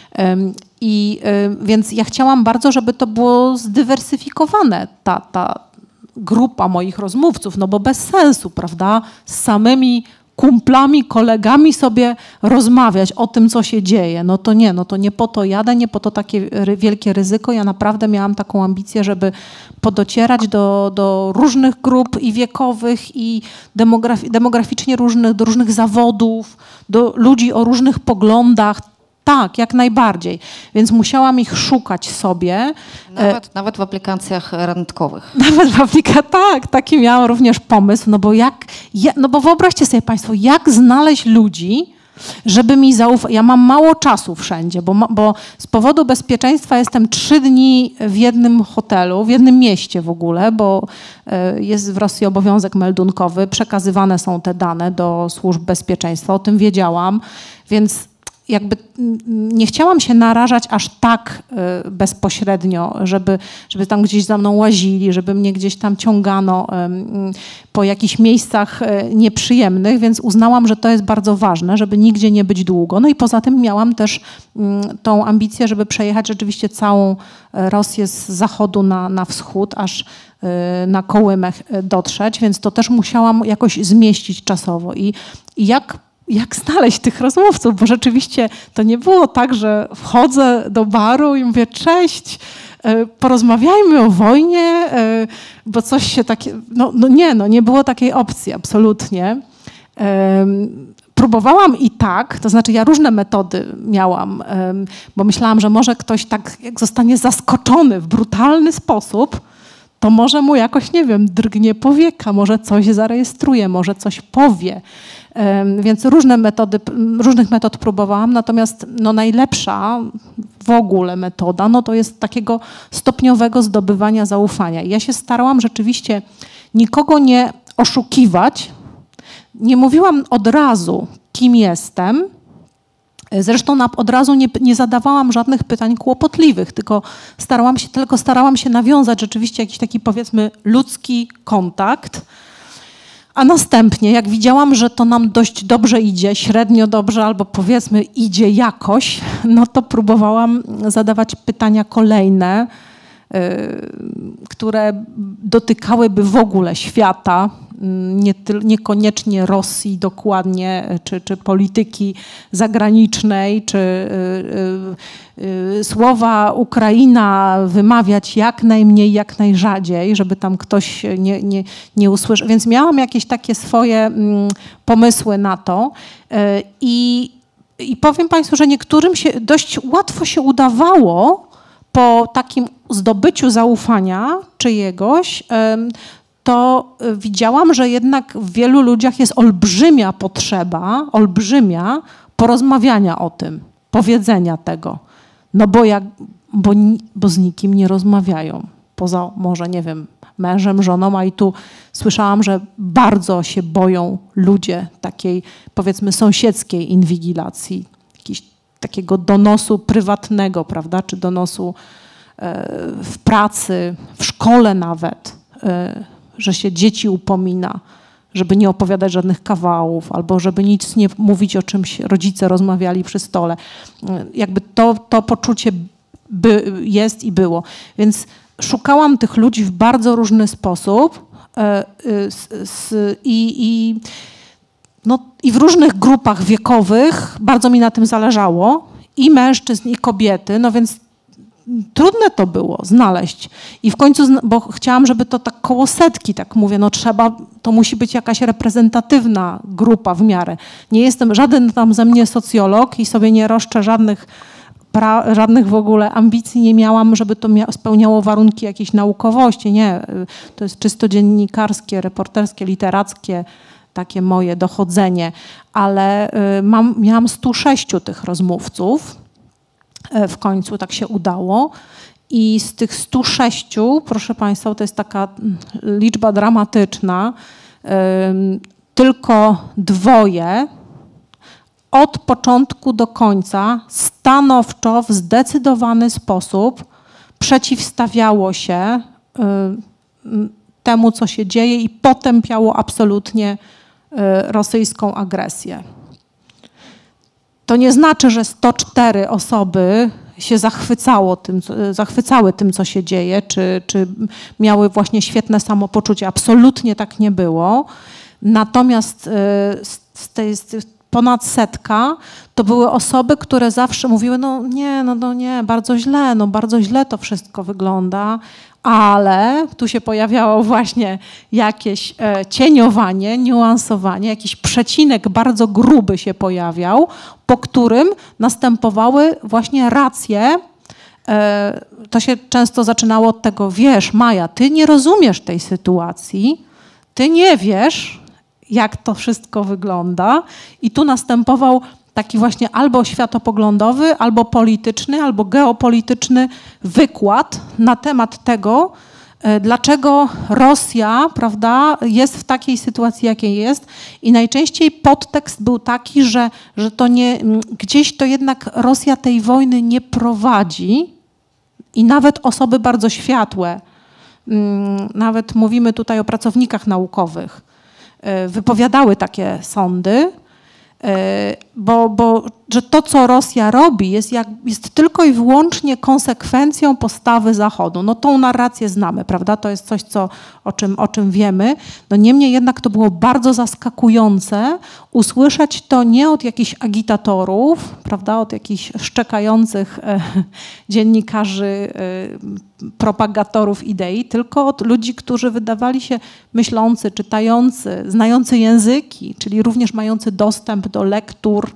S3: Więc ja chciałam bardzo, żeby to było zdywersyfikowane, ta grupa moich rozmówców, no bo bez sensu, prawda, z samymi kumplami, kolegami sobie rozmawiać o tym, co się dzieje. No to nie po to jadę, nie po to takie wielkie ryzyko. Ja naprawdę miałam taką ambicję, żeby podocierać do różnych grup i wiekowych, i demograficznie różnych, do różnych zawodów, do ludzi o różnych poglądach. Tak, jak najbardziej. Więc musiałam ich szukać sobie.
S2: Nawet w aplikacjach randkowych.
S3: Nawet w aplikacjach, tak. Taki miałam również pomysł. No bo wyobraźcie sobie państwo, jak znaleźć ludzi, żeby mi zaufać. Ja mam mało czasu wszędzie, bo z powodu bezpieczeństwa jestem 3 dni w jednym hotelu, w jednym mieście w ogóle, bo jest w Rosji obowiązek meldunkowy. Przekazywane są te dane do służb bezpieczeństwa. O tym wiedziałam, więc jakby nie chciałam się narażać aż tak bezpośrednio, żeby tam gdzieś za mną łazili, żeby mnie gdzieś tam ciągano po jakichś miejscach nieprzyjemnych, więc uznałam, że to jest bardzo ważne, żeby nigdzie nie być długo. No i poza tym miałam też tą ambicję, żeby przejechać rzeczywiście całą Rosję z zachodu na wschód, aż na Kołymech dotrzeć, więc to też musiałam jakoś zmieścić czasowo. I jak znaleźć tych rozmówców, bo rzeczywiście to nie było tak, że wchodzę do baru i mówię: cześć, porozmawiajmy o wojnie, bo coś się takie... Nie było takiej opcji, absolutnie. Próbowałam i tak, to znaczy ja różne metody miałam, bo myślałam, że może ktoś tak jak zostanie zaskoczony w brutalny sposób, to może mu jakoś, nie wiem, drgnie powieka, może coś zarejestruje, może coś powie. Więc różnych metod próbowałam, natomiast najlepsza w ogóle metoda, to jest takiego stopniowego zdobywania zaufania. I ja się starałam rzeczywiście nikogo nie oszukiwać. Nie mówiłam od razu, kim jestem. Zresztą od razu nie zadawałam żadnych pytań kłopotliwych, tylko starałam się nawiązać rzeczywiście jakiś taki, powiedzmy, ludzki kontakt. A następnie, jak widziałam, że to nam dość dobrze idzie, średnio dobrze, albo powiedzmy idzie jakoś, to próbowałam zadawać pytania kolejne, które dotykałyby w ogóle świata, niekoniecznie Rosji dokładnie, czy polityki zagranicznej, czy słowa Ukraina wymawiać jak najmniej, jak najrzadziej, żeby tam ktoś nie usłyszał. Więc miałam jakieś takie swoje pomysły na to i I powiem Państwu, że niektórym się dość łatwo się udawało po takim zdobyciu zaufania czyjegoś, to widziałam, że jednak w wielu ludziach jest olbrzymia potrzeba, porozmawiania o tym, powiedzenia tego. No bo z nikim nie rozmawiają. Poza może, nie wiem, mężem, żoną, a i tu słyszałam, że bardzo się boją ludzie takiej, powiedzmy, sąsiedzkiej inwigilacji, takiego donosu prywatnego, prawda, czy donosu w pracy, w szkole nawet, że się dzieci upomina, żeby nie opowiadać żadnych kawałów, albo żeby nic nie mówić, o czymś rodzice rozmawiali przy stole. Jakby to poczucie jest i było. Więc szukałam tych ludzi w bardzo różny sposób i w różnych grupach wiekowych. Bardzo mi na tym zależało. I mężczyzn, i kobiety. No więc trudne to było znaleźć. I w końcu, bo chciałam, żeby to tak koło setki, tak mówię, to musi być jakaś reprezentatywna grupa w miarę. Nie jestem żaden tam ze mnie socjolog i sobie nie roszczę żadnych w ogóle ambicji nie miałam, żeby to spełniało warunki jakiejś naukowości. Nie, to jest czysto dziennikarskie, reporterskie, literackie takie moje dochodzenie. Ale miałam 106 tych rozmówców. W końcu tak się udało. I z tych 106, proszę Państwa, to jest taka liczba dramatyczna, tylko 2 od początku do końca stanowczo, w zdecydowany sposób przeciwstawiało się temu, co się dzieje i potępiało absolutnie rosyjską agresję. To nie znaczy, że 104 osoby się zachwycały tym, co się dzieje, czy miały właśnie świetne samopoczucie. Absolutnie tak nie było. Natomiast ponad 100 to były osoby, które zawsze mówiły, no nie, bardzo źle to wszystko wygląda, ale tu się pojawiało właśnie jakieś cieniowanie, niuansowanie, jakiś przecinek bardzo gruby się pojawiał, po którym następowały właśnie racje. To się często zaczynało od tego, wiesz, Maja, ty nie rozumiesz tej sytuacji, ty nie wiesz, jak to wszystko wygląda. I tu następował taki właśnie albo światopoglądowy, albo polityczny, albo geopolityczny wykład na temat tego, dlaczego Rosja, prawda, jest w takiej sytuacji, jakiej jest. I najczęściej podtekst był taki, że to nie, gdzieś to jednak Rosja tej wojny nie prowadzi i nawet osoby bardzo światłe, nawet mówimy tutaj o pracownikach naukowych, wypowiadały takie sądy, bo że to, co Rosja robi, jest tylko i wyłącznie konsekwencją postawy Zachodu. No tą narrację znamy, prawda? To jest coś, o czym wiemy. No niemniej jednak to było bardzo zaskakujące usłyszeć to nie od jakichś agitatorów, prawda? Od jakichś szczekających dziennikarzy, propagatorów idei, tylko od ludzi, którzy wydawali się myślący, czytający, znający języki, czyli również mający dostęp do lektur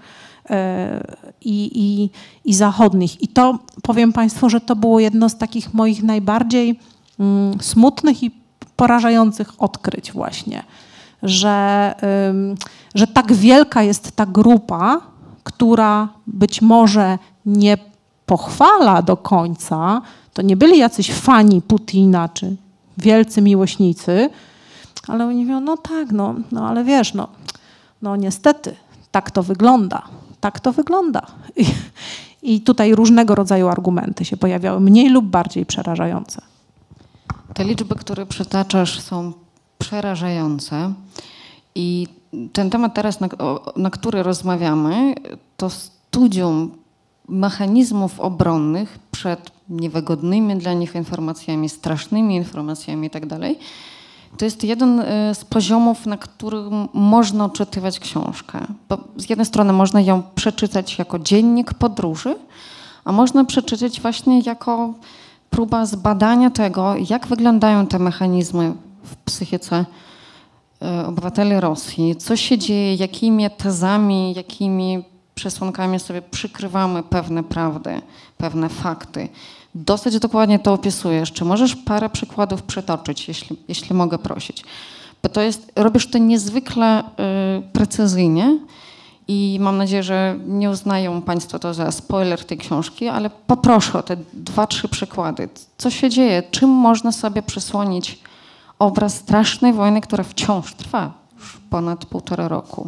S3: i zachodnich. I to powiem Państwu, że to było jedno z takich moich najbardziej smutnych i porażających odkryć właśnie, że tak wielka jest ta grupa, która być może nie pochwala do końca, to nie byli jacyś fani Putina czy wielcy miłośnicy, ale oni mówią, no tak, no ale wiesz, no niestety tak to wygląda. Tak to wygląda. I tutaj różnego rodzaju argumenty się pojawiały, mniej lub bardziej przerażające.
S2: Te liczby, które przytaczasz, są przerażające. I ten temat teraz, na który rozmawiamy, to studium mechanizmów obronnych przed niewygodnymi dla nich informacjami, strasznymi informacjami itd. To jest jeden z poziomów, na którym można odczytywać książkę. Bo z jednej strony można ją przeczytać jako dziennik podróży, a można przeczytać właśnie jako próba zbadania tego, jak wyglądają te mechanizmy w psychice obywateli Rosji, co się dzieje, jakimi tezami, jakimi przesłankami sobie przykrywamy pewne prawdy, pewne fakty. Dosyć dokładnie to opisujesz. Czy możesz parę przykładów przytoczyć, jeśli mogę prosić? Bo robisz to niezwykle precyzyjnie i mam nadzieję, że nie uznają Państwo to za spoiler tej książki, ale poproszę o te 2-3 przykłady. Co się dzieje? Czym można sobie przysłonić obraz strasznej wojny, która wciąż trwa już ponad 1,5 roku?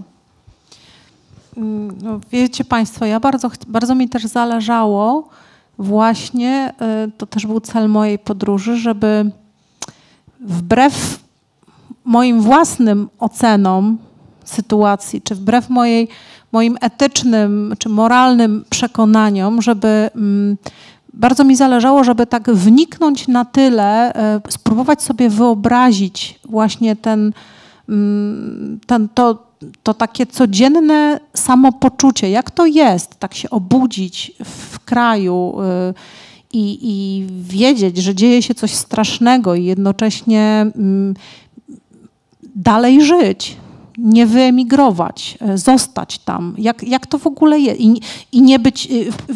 S3: No, wiecie Państwo, bardzo mi też zależało właśnie, to też był cel mojej podróży, żeby wbrew moim własnym ocenom sytuacji, czy wbrew moim etycznym czy moralnym przekonaniom, żeby bardzo mi zależało, żeby tak wniknąć na tyle, spróbować sobie wyobrazić właśnie to takie codzienne samopoczucie, jak to jest, tak się obudzić w kraju i wiedzieć, że dzieje się coś strasznego i jednocześnie dalej żyć, nie wyemigrować, zostać tam. Jak to w ogóle jest? I nie być,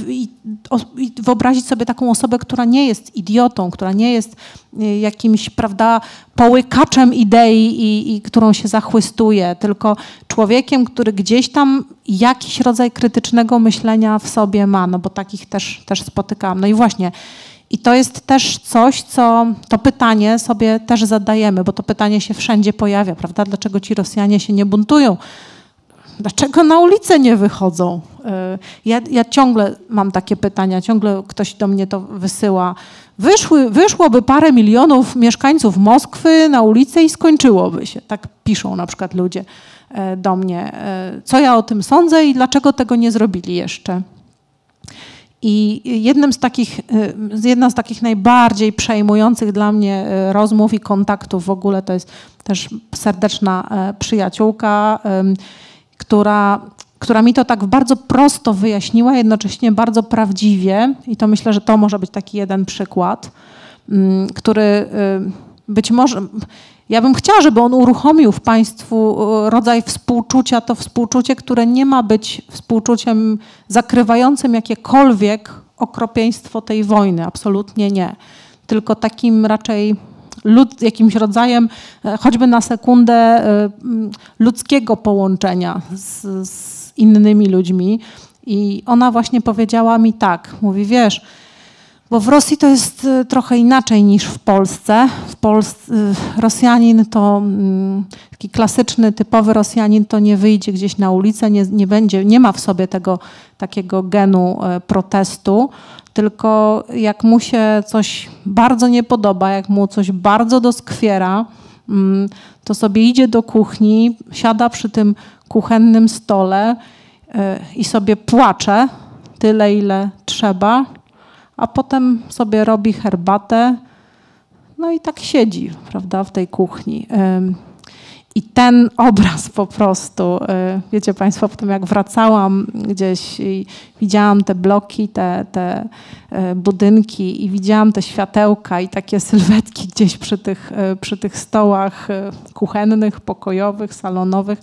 S3: i wyobrazić sobie taką osobę, która nie jest idiotą, która nie jest jakimś, prawda, połykaczem idei i którą się zachłystuje, tylko człowiekiem, który gdzieś tam jakiś rodzaj krytycznego myślenia w sobie ma, no bo takich też spotykałam. No i właśnie, i to jest też coś, co to pytanie sobie też zadajemy, bo to pytanie się wszędzie pojawia, prawda? Dlaczego ci Rosjanie się nie buntują? Dlaczego na ulicę nie wychodzą? Ja ciągle mam takie pytania, ciągle ktoś do mnie to wysyła. Wyszłoby parę milionów mieszkańców Moskwy na ulicę i skończyłoby się. Tak piszą na przykład ludzie do mnie. Co ja o tym sądzę i dlaczego tego nie zrobili jeszcze? I jedna z takich najbardziej przejmujących dla mnie rozmów i kontaktów w ogóle to jest też serdeczna przyjaciółka, która mi to tak bardzo prosto wyjaśniła, jednocześnie bardzo prawdziwie i to myślę, że to może być taki jeden przykład, który być może... Ja bym chciała, żeby on uruchomił w Państwu rodzaj współczucia, to współczucie, które nie ma być współczuciem zakrywającym jakiekolwiek okropieństwo tej wojny. Absolutnie nie. Tylko takim raczej jakimś rodzajem, choćby na sekundę, ludzkiego połączenia z innymi ludźmi. I ona właśnie powiedziała mi tak, mówi, wiesz, bo w Rosji to jest trochę inaczej niż w Polsce. Rosjanin to taki klasyczny, typowy Rosjanin to nie wyjdzie gdzieś na ulicę, nie ma w sobie tego takiego genu protestu, tylko jak mu się coś bardzo nie podoba, jak mu coś bardzo doskwiera, to sobie idzie do kuchni, siada przy tym kuchennym stole i sobie płacze tyle, ile trzeba, a potem sobie robi herbatę, no i tak siedzi, prawda, w tej kuchni. I ten obraz po prostu, wiecie Państwo, potem jak wracałam gdzieś i widziałam te bloki, te budynki i widziałam te światełka i takie sylwetki gdzieś przy tych stołach kuchennych, pokojowych, salonowych,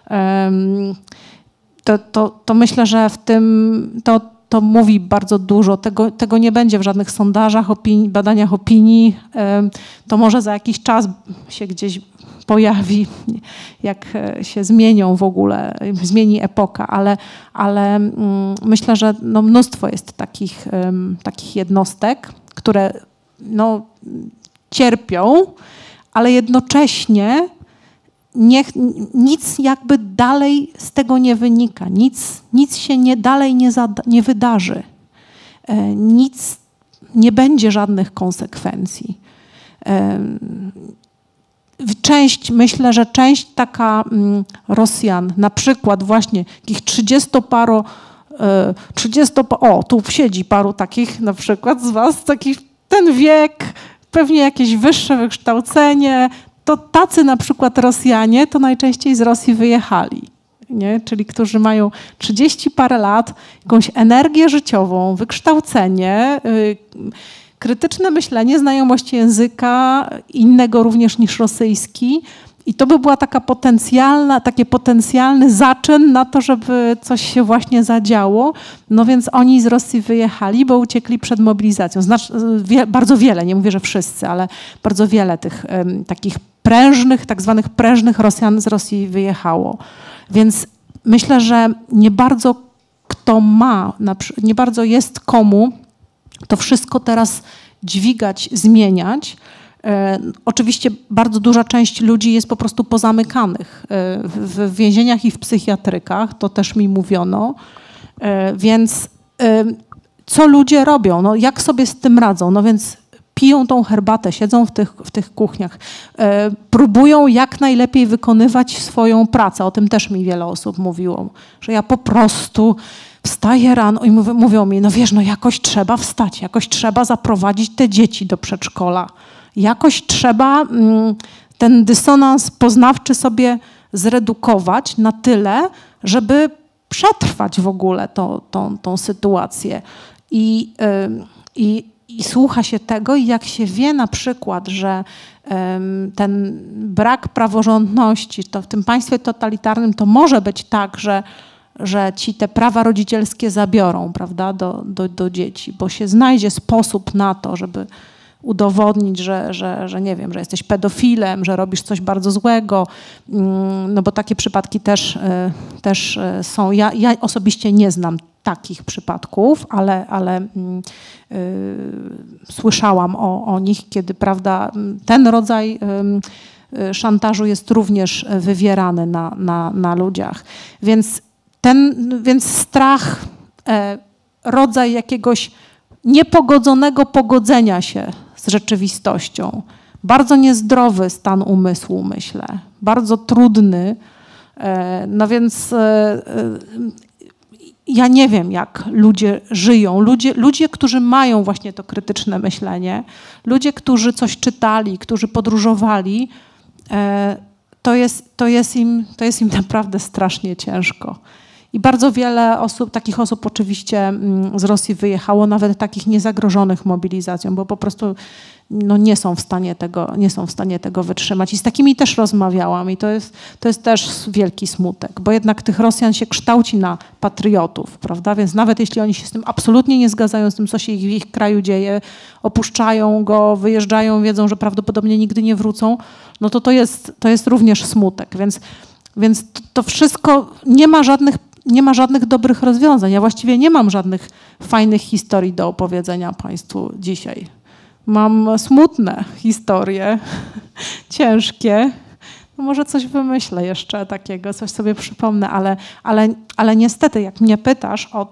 S3: to myślę, że w tym to mówi bardzo dużo. Tego nie będzie w żadnych sondażach, badaniach opinii. To może za jakiś czas się gdzieś pojawi, jak się zmienią w ogóle, zmieni epoka, ale myślę, że no mnóstwo jest takich jednostek, które no, cierpią, ale jednocześnie nic jakby dalej z tego nie wynika, nic się dalej nie wydarzy, nic nie będzie żadnych konsekwencji. Myślę, że część taka Rosjan, na przykład właśnie takich 30-paro, tu siedzi paru takich na przykład z was, ten wiek, pewnie jakieś wyższe wykształcenie, to tacy na przykład Rosjanie to najczęściej z Rosji wyjechali, nie? Czyli którzy mają 30 parę lat, jakąś energię życiową, wykształcenie, krytyczne myślenie, znajomość języka innego również niż rosyjski I to by była taki potencjalny zaczyn na to, żeby coś się właśnie zadziało. No więc oni z Rosji wyjechali, bo uciekli przed mobilizacją. Bardzo wiele, nie mówię, że wszyscy, ale bardzo wiele tych takich prężnych, tak zwanych prężnych Rosjan z Rosji wyjechało. Więc myślę, że nie bardzo kto ma, nie bardzo jest komu to wszystko teraz dźwigać, zmieniać. Oczywiście bardzo duża część ludzi jest po prostu pozamykanych w więzieniach i w psychiatrykach, to też mi mówiono. Więc co ludzie robią? No, jak sobie z tym radzą? No więc piją tą herbatę, siedzą w tych kuchniach, próbują jak najlepiej wykonywać swoją pracę. O tym też mi wiele osób mówiło, że ja po prostu wstaję rano i mówią mi, no wiesz, no jakoś trzeba wstać, jakoś trzeba zaprowadzić te dzieci do przedszkola. Jakoś trzeba ten dysonans poznawczy sobie zredukować na tyle, żeby przetrwać w ogóle tą sytuację. I słucha się tego i jak się wie na przykład, że ten brak praworządności to w tym państwie totalitarnym to może być tak, że ci te prawa rodzicielskie zabiorą, prawda, do dzieci, bo się znajdzie sposób na to, żeby udowodnić, że nie wiem, że jesteś pedofilem, że robisz coś bardzo złego, no bo takie przypadki też są. Ja osobiście nie znam takich przypadków, ale słyszałam o nich, kiedy, prawda, ten rodzaj szantażu jest również wywierany na ludziach. Więc strach, rodzaj jakiegoś niepogodzonego pogodzenia się z rzeczywistością. Bardzo niezdrowy stan umysłu, myślę. Bardzo trudny. No więc ja nie wiem, jak ludzie żyją. Ludzie, którzy mają właśnie to krytyczne myślenie, ludzie, którzy coś czytali, którzy podróżowali, to jest im naprawdę strasznie ciężko. I bardzo wiele takich osób oczywiście z Rosji wyjechało, nawet takich niezagrożonych mobilizacją, bo po prostu no, nie są w stanie tego wytrzymać. I z takimi też rozmawiałam i to jest też wielki smutek, bo jednak tych Rosjan się kształci na patriotów, prawda? Więc nawet jeśli oni się z tym absolutnie nie zgadzają, z tym, co się w ich kraju dzieje, opuszczają go, wyjeżdżają, wiedzą, że prawdopodobnie nigdy nie wrócą, no to jest również smutek. Więc to wszystko nie ma żadnych dobrych rozwiązań. Ja właściwie nie mam żadnych fajnych historii do opowiedzenia Państwu dzisiaj. Mam smutne historie, ciężkie. No może coś wymyślę jeszcze takiego, coś sobie przypomnę, ale niestety, jak mnie pytasz o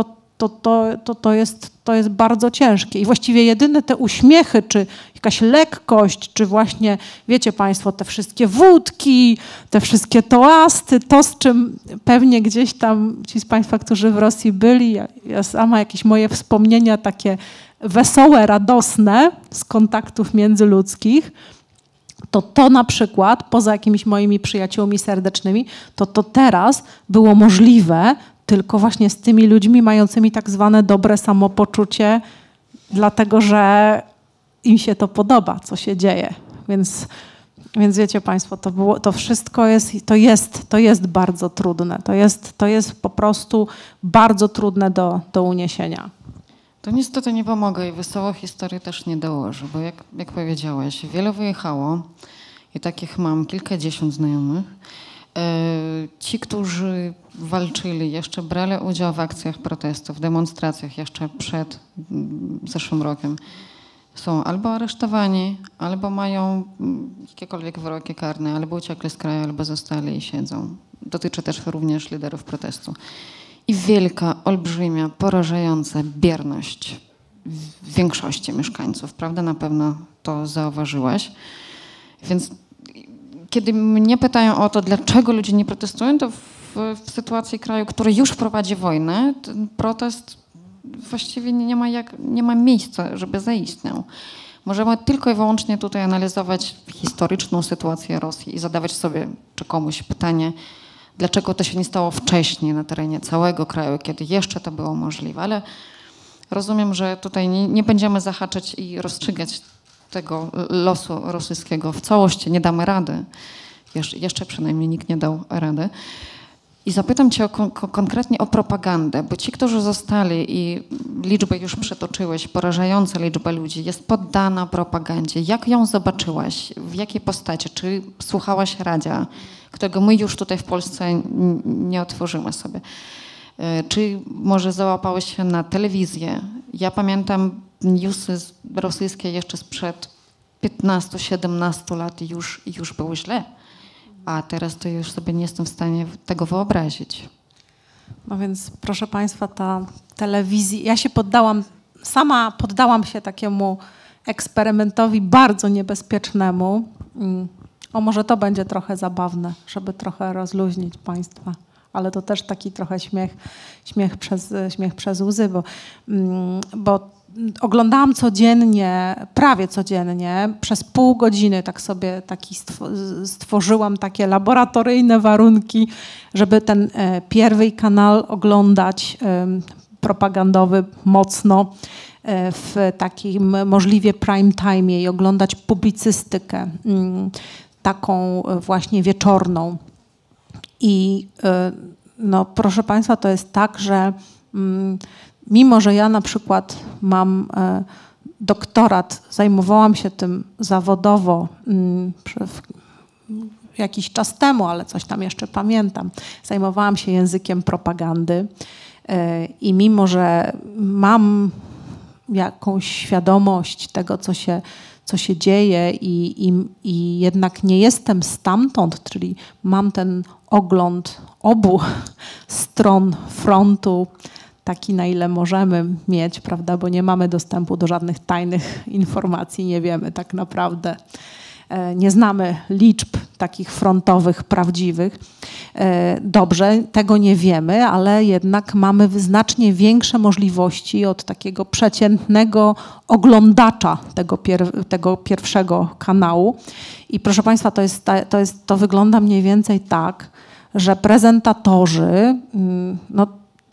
S3: to jest bardzo ciężkie. I właściwie jedyne te uśmiechy, czy jakaś lekkość, czy właśnie, wiecie Państwo, te wszystkie wódki, te wszystkie toasty, to z czym pewnie gdzieś tam ci z Państwa, którzy w Rosji byli, ja sama jakieś moje wspomnienia takie wesołe, radosne z kontaktów międzyludzkich, to na przykład, poza jakimiś moimi przyjaciółmi serdecznymi, to teraz było możliwe tylko właśnie z tymi ludźmi mającymi tak zwane dobre samopoczucie, dlatego że im się to podoba, co się dzieje. Więc wiecie Państwo, to wszystko jest bardzo trudne. To jest po prostu bardzo trudne do uniesienia.
S2: To niestety nie pomaga i wesołe historii też nie dołoży, bo jak powiedziałaś, wiele wyjechało i takich mam kilkadziesiąt znajomych. Ci, którzy walczyli, jeszcze brali udział w akcjach protestów, demonstracjach jeszcze przed zeszłym rokiem, są albo aresztowani, albo mają jakiekolwiek wyroki karne, albo uciekli z kraju, albo zostali i siedzą. Dotyczy też również liderów protestu. I wielka, olbrzymia, porażająca bierność w większości mieszkańców, prawda? Na pewno to zauważyłaś. Więc kiedy mnie pytają o to, dlaczego ludzie nie protestują, to w sytuacji kraju, który już prowadzi wojnę, ten protest właściwie nie ma miejsca, żeby zaistniał. Możemy tylko i wyłącznie tutaj analizować historyczną sytuację Rosji i zadawać sobie czy komuś pytanie, dlaczego to się nie stało wcześniej na terenie całego kraju, kiedy jeszcze to było możliwe. Ale rozumiem, że tutaj nie będziemy zahaczać i rozstrzygać tego losu rosyjskiego w całości, nie damy rady. Jeszcze przynajmniej nikt nie dał rady. I zapytam cię konkretnie o propagandę, bo ci, którzy zostali i liczbę już przytoczyłeś, porażająca liczba ludzi, jest poddana propagandzie. Jak ją zobaczyłaś? W jakiej postaci? Czy słuchałaś radia, którego my już tutaj w Polsce nie otworzymy sobie? Czy może załapałeś się na telewizję? Ja pamiętam newsy rosyjskie jeszcze sprzed 15-17 lat i już było źle. A teraz to już sobie nie jestem w stanie tego wyobrazić.
S3: No więc proszę Państwa, ta telewizja, ja się poddałam się takiemu eksperymentowi bardzo niebezpiecznemu. Może to będzie trochę zabawne, żeby trochę rozluźnić Państwa, ale to też taki trochę śmiech przez łzy, bo oglądałam prawie codziennie, przez pół godziny stworzyłam takie laboratoryjne warunki, żeby ten pierwszy kanał oglądać propagandowy mocno w takim możliwie prime time i oglądać publicystykę taką właśnie wieczorną. I no, proszę Państwa, to jest tak, że mimo że ja na przykład mam doktorat, zajmowałam się tym zawodowo jakiś czas temu, ale coś tam jeszcze pamiętam. Zajmowałam się językiem propagandy i mimo że mam jakąś świadomość tego, co się dzieje i jednak nie jestem stamtąd, czyli mam ten ogląd obu stron frontu, taki, na ile możemy mieć, prawda, bo nie mamy dostępu do żadnych tajnych informacji, nie wiemy tak naprawdę. Nie znamy liczb takich frontowych, prawdziwych. Dobrze, tego nie wiemy, ale jednak mamy znacznie większe możliwości od takiego przeciętnego oglądacza tego pierwszego kanału. I proszę Państwa, to wygląda mniej więcej tak, że prezentatorzy, no,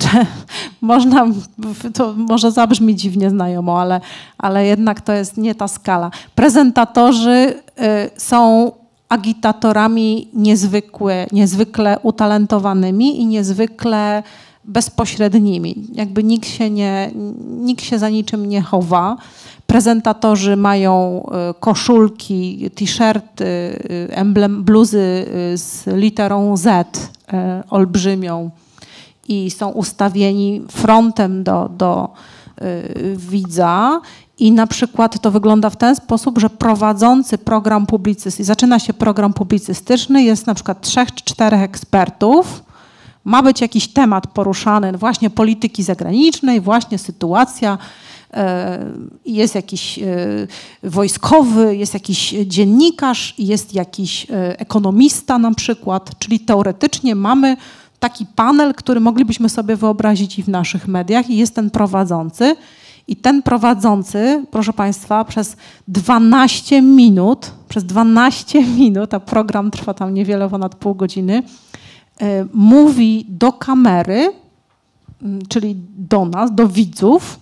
S3: to może zabrzmi dziwnie znajomo, ale jednak to jest nie ta skala. Prezentatorzy są agitatorami niezwykle utalentowanymi i niezwykle bezpośrednimi. Jakby nikt się za niczym nie chowa. Prezentatorzy mają koszulki, t-shirty, bluzy z literą Z olbrzymią i są ustawieni frontem do widza. I na przykład to wygląda w ten sposób, że prowadzący program publicystyczny, zaczyna się program publicystyczny, jest na przykład 3 czy 4 ekspertów, ma być jakiś temat poruszany, właśnie polityki zagranicznej, właśnie sytuacja, jest jakiś wojskowy, jest jakiś dziennikarz, jest jakiś ekonomista na przykład, czyli teoretycznie mamy taki panel, który moglibyśmy sobie wyobrazić i w naszych mediach i jest ten prowadzący. I ten prowadzący, proszę Państwa, przez 12 minut, a program trwa tam niewiele ponad pół godziny, mówi do kamery, czyli do nas, do widzów,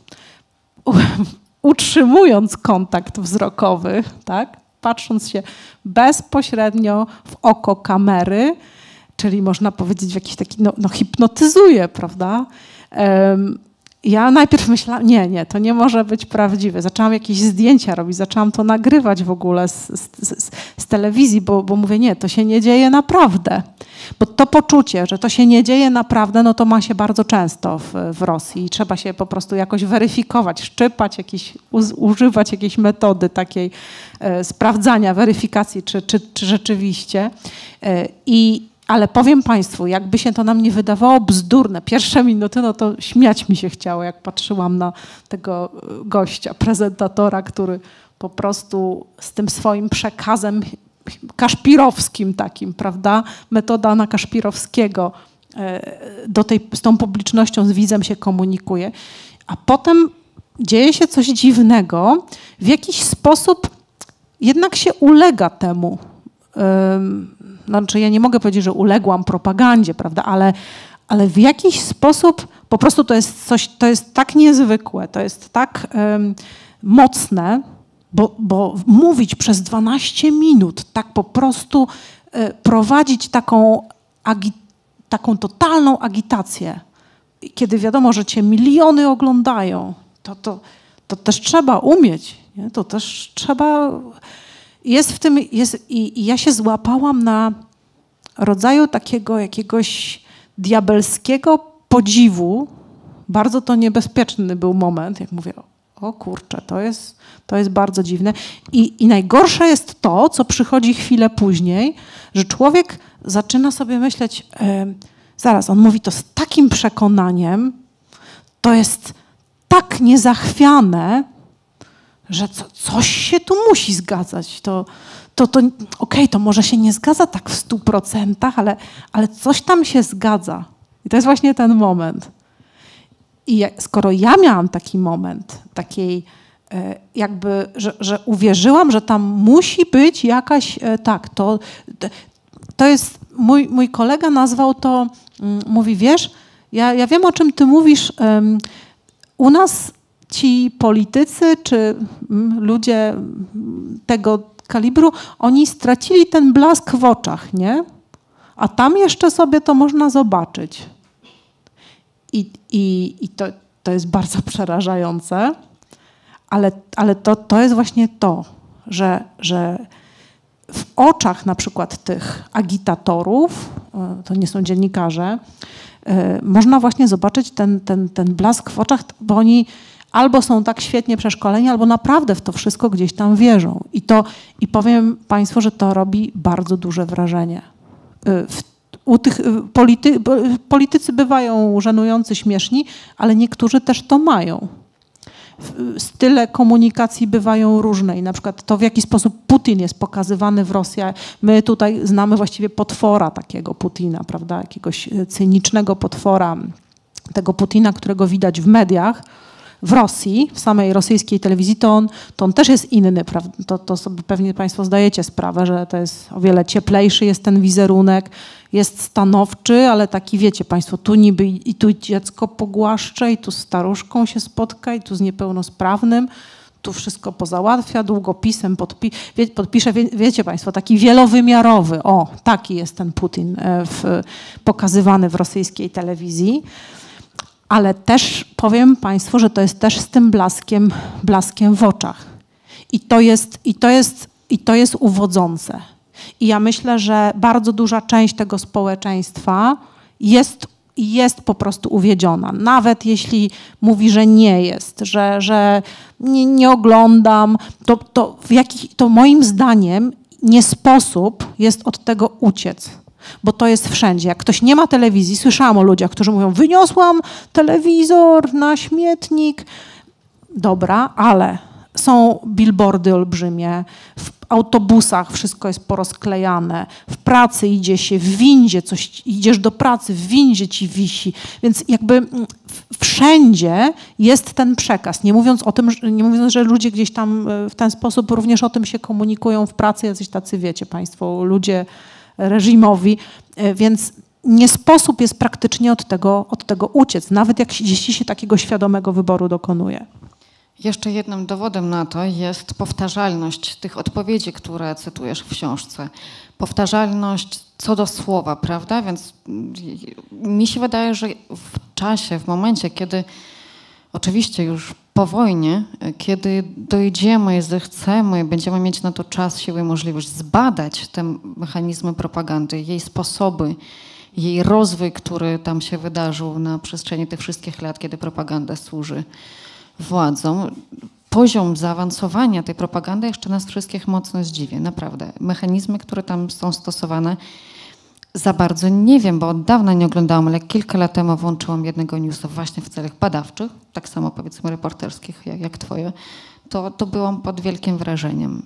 S3: utrzymując kontakt wzrokowy, tak? Patrząc się bezpośrednio w oko kamery, czyli można powiedzieć w jakiś taki, hipnotyzuje, prawda? Ja najpierw myślałam, nie, to nie może być prawdziwe. Zaczęłam jakieś zdjęcia robić, zaczęłam to nagrywać w ogóle z telewizji, bo mówię, nie, to się nie dzieje naprawdę. Bo to poczucie, że to się nie dzieje naprawdę, no to ma się bardzo często w Rosji i trzeba się po prostu jakoś weryfikować, szczypać, używać jakiejś metody takiej sprawdzania, weryfikacji, czy rzeczywiście. Ale powiem Państwu, jakby się to nam nie wydawało bzdurne, pierwsze minuty, no to śmiać mi się chciało, jak patrzyłam na tego gościa, prezentatora, który po prostu z tym swoim przekazem kaszpirowskim takim, prawda, metoda na Kaszpirowskiego z tą publicznością, z widzem się komunikuje. A potem dzieje się coś dziwnego, w jakiś sposób jednak się ulega temu. Znaczy ja nie mogę powiedzieć, że uległam propagandzie, prawda, ale w jakiś sposób po prostu to jest tak niezwykłe, to jest tak mocne, bo mówić przez 12 minut tak po prostu prowadzić taką totalną agitację, kiedy wiadomo, że cię miliony oglądają, to też trzeba umieć. Nie? To też trzeba... I ja się złapałam na rodzaju takiego jakiegoś diabelskiego podziwu. Bardzo to niebezpieczny był moment, jak mówię, o kurczę, to jest bardzo dziwne. I najgorsze jest to, co przychodzi chwilę później, że człowiek zaczyna sobie myśleć, zaraz, on mówi to z takim przekonaniem, to jest tak niezachwiane, że coś się tu musi zgadzać. Okej, to może się nie zgadza tak w 100%, ale coś tam się zgadza. I to jest właśnie ten moment. I skoro ja miałam taki moment, takiej jakby, że uwierzyłam, że tam musi być jakaś, to jest, mój kolega nazwał to, mówi, wiesz, ja wiem, o czym ty mówisz, u nas ci politycy czy ludzie tego kalibru, oni stracili ten blask w oczach, nie? A tam jeszcze sobie to można zobaczyć. I to jest bardzo przerażające, ale to jest właśnie to, że w oczach na przykład tych agitatorów, to nie są dziennikarze, można właśnie zobaczyć ten blask w oczach, bo oni albo są tak świetnie przeszkoleni, albo naprawdę w to wszystko gdzieś tam wierzą. I powiem Państwu, że to robi bardzo duże wrażenie. Politycy bywają żenujący, śmieszni, ale niektórzy też to mają. Style komunikacji bywają różne i na przykład to, w jaki sposób Putin jest pokazywany w Rosji. My tutaj znamy właściwie potwora takiego Putina, prawda? Jakiegoś cynicznego potwora, tego Putina, którego widać w mediach. W Rosji, w samej rosyjskiej telewizji, to on też jest inny. To sobie pewnie Państwo zdajecie sprawę, że to jest o wiele cieplejszy jest ten wizerunek, jest stanowczy, ale taki, wiecie Państwo, tu niby i tu dziecko pogłaszcze, i tu z staruszką się spotka, i tu z niepełnosprawnym, tu wszystko pozałatwia, długopisem podpisze, wiecie Państwo, taki wielowymiarowy, taki jest ten Putin pokazywany w rosyjskiej telewizji. Ale też powiem Państwu, że to jest też z tym blaskiem w oczach. I to jest uwodzące. I ja myślę, że bardzo duża część tego społeczeństwa jest po prostu uwiedziona. Nawet jeśli mówi, że nie jest, że nie oglądam, to moim zdaniem nie sposób jest od tego uciec. Bo to jest wszędzie. Jak ktoś nie ma telewizji, słyszałam o ludziach, którzy mówią, wyniosłam telewizor na śmietnik. Dobra, ale są billboardy olbrzymie, w autobusach wszystko jest porozklejane, w pracy idzie się, w windzie idziesz do pracy, w windzie ci wisi. Więc jakby wszędzie jest ten przekaz. Nie mówiąc, że ludzie gdzieś tam w ten sposób również o tym się komunikują w pracy, jacyś tacy, wiecie Państwo, ludzie reżimowi, więc nie sposób jest praktycznie od tego uciec, nawet jeśli się takiego świadomego wyboru dokonuje.
S2: Jeszcze jednym dowodem na to jest powtarzalność tych odpowiedzi, które cytujesz w książce. Powtarzalność co do słowa, prawda? Więc mi się wydaje, że w momencie, kiedy oczywiście już po wojnie, kiedy dojdziemy, zechcemy, będziemy mieć na to czas, siłę i możliwość zbadać te mechanizmy propagandy, jej sposoby, jej rozwój, który tam się wydarzył na przestrzeni tych wszystkich lat, kiedy propaganda służy władzom. Poziom zaawansowania tej propagandy jeszcze nas wszystkich mocno zdziwi, naprawdę. Mechanizmy, które tam są stosowane, za bardzo nie wiem, bo od dawna nie oglądałam, ale kilka lat temu włączyłam jednego newsa właśnie w celach badawczych, tak samo powiedzmy reporterskich jak twoje, to byłam pod wielkim wrażeniem.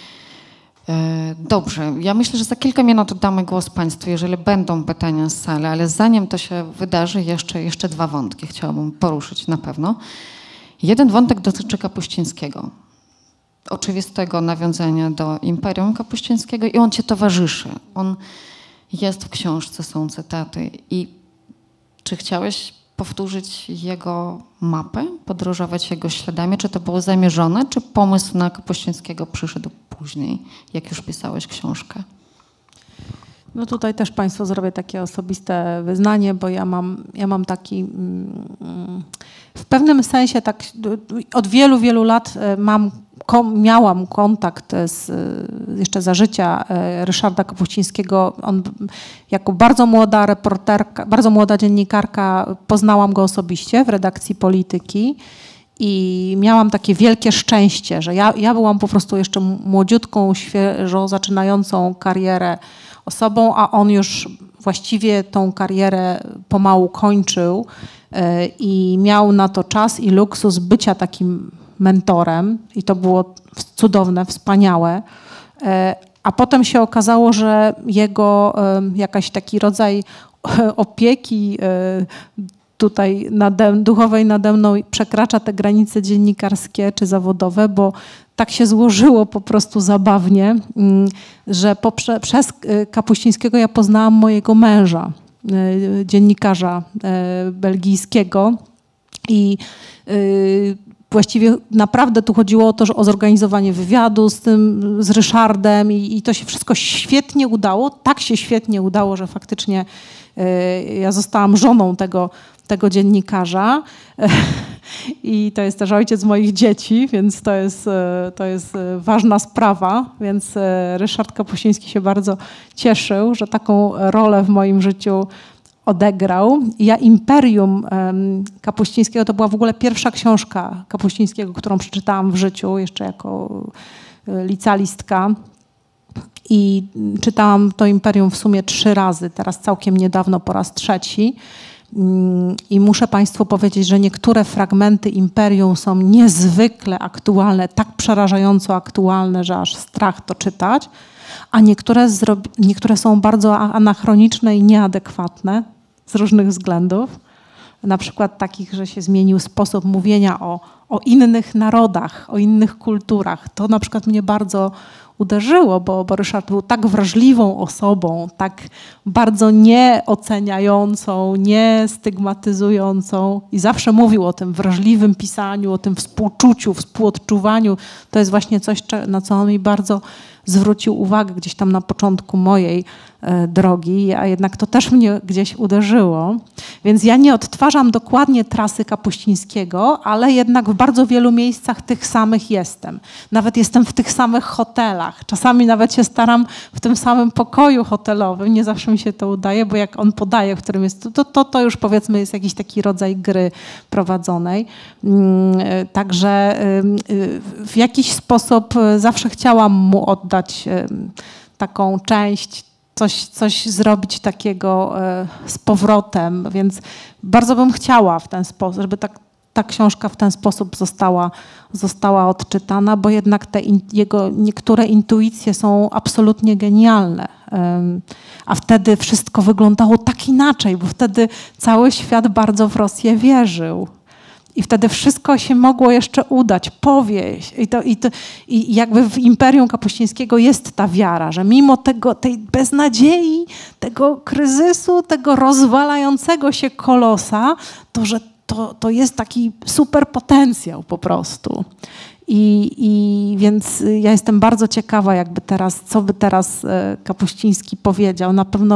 S2: Dobrze, ja myślę, że za kilka minut damy głos Państwu, jeżeli będą pytania z sali, ale zanim to się wydarzy, jeszcze dwa wątki chciałabym poruszyć na pewno. Jeden wątek dotyczy Kapuścińskiego, oczywistego nawiązania do Imperium Kapuścińskiego i on Ci towarzyszy. On jest w książce, są cytaty. I czy chciałeś powtórzyć jego mapę, podróżować jego śladami? Czy to było zamierzone, czy pomysł na Kapuścińskiego przyszedł później, jak już pisałeś książkę?
S3: No tutaj też Państwu zrobię takie osobiste wyznanie, bo ja mam taki, w pewnym sensie tak od wielu, wielu lat miałam kontakt jeszcze za życia Ryszarda Kapuścińskiego. On jako bardzo młoda reporterka, bardzo młoda dziennikarka, poznałam go osobiście w redakcji Polityki i miałam takie wielkie szczęście, że ja byłam po prostu jeszcze młodziutką, świeżo zaczynającą karierę osobą, a on już właściwie tą karierę pomału kończył i miał na to czas i luksus bycia takim mentorem i to było cudowne, wspaniałe. A potem się okazało, że jego jakaś taki rodzaj opieki tutaj duchowej nade mną przekracza te granice dziennikarskie czy zawodowe, bo tak się złożyło po prostu zabawnie, że przez Kapuścińskiego ja poznałam mojego męża, dziennikarza belgijskiego i właściwie naprawdę tu chodziło o to, że o zorganizowanie wywiadu z Ryszardem i to się wszystko świetnie udało. Tak się świetnie udało, że faktycznie ja zostałam żoną tego dziennikarza i to jest też ojciec moich dzieci, więc to jest ważna sprawa, więc Ryszard Kapuściński się bardzo cieszył, że taką rolę w moim życiu odegrał. Ja Imperium Kapuścińskiego, to była w ogóle pierwsza książka Kapuścińskiego, którą przeczytałam w życiu, jeszcze jako licealistka. I czytałam to Imperium w sumie 3 razy, teraz całkiem niedawno po raz 3. I muszę Państwu powiedzieć, że niektóre fragmenty Imperium są niezwykle aktualne, tak przerażająco aktualne, że aż strach to czytać, a niektóre są bardzo anachroniczne i nieadekwatne z różnych względów. Na przykład takich, że się zmienił sposób mówienia o innych narodach, o innych kulturach. To na przykład mnie bardzo uderzyło, bo Ryszard był tak wrażliwą osobą, tak bardzo nieoceniającą, niestygmatyzującą i zawsze mówił o tym wrażliwym pisaniu, o tym współczuciu, współodczuwaniu. To jest właśnie coś, na co on mi bardzo zwrócił uwagę gdzieś tam na początku mojej drogi, a jednak to też mnie gdzieś uderzyło. Więc ja nie odtwarzam dokładnie trasy Kapuścińskiego, ale jednak w bardzo wielu miejscach tych samych jestem. Nawet jestem w tych samych hotelach. Czasami nawet się staram w tym samym pokoju hotelowym. Nie zawsze mi się to udaje, bo jak on podaje, w którym jest, to już powiedzmy jest jakiś taki rodzaj gry prowadzonej. Także w jakiś sposób zawsze chciałam mu oddać taką część, coś zrobić takiego z powrotem, więc bardzo bym chciała w ten sposób, żeby ta książka w ten sposób została odczytana, bo jednak te jego niektóre intuicje są absolutnie genialne. A wtedy wszystko wyglądało tak inaczej, bo wtedy cały świat bardzo w Rosję wierzył. I wtedy wszystko się mogło jeszcze udać, powieść. I jakby w Imperium Kapuścińskiego jest ta wiara, że mimo tej beznadziei, tego kryzysu, tego rozwalającego się kolosa, że to jest taki super potencjał po prostu. I więc ja jestem bardzo ciekawa, co by teraz Kapuściński powiedział.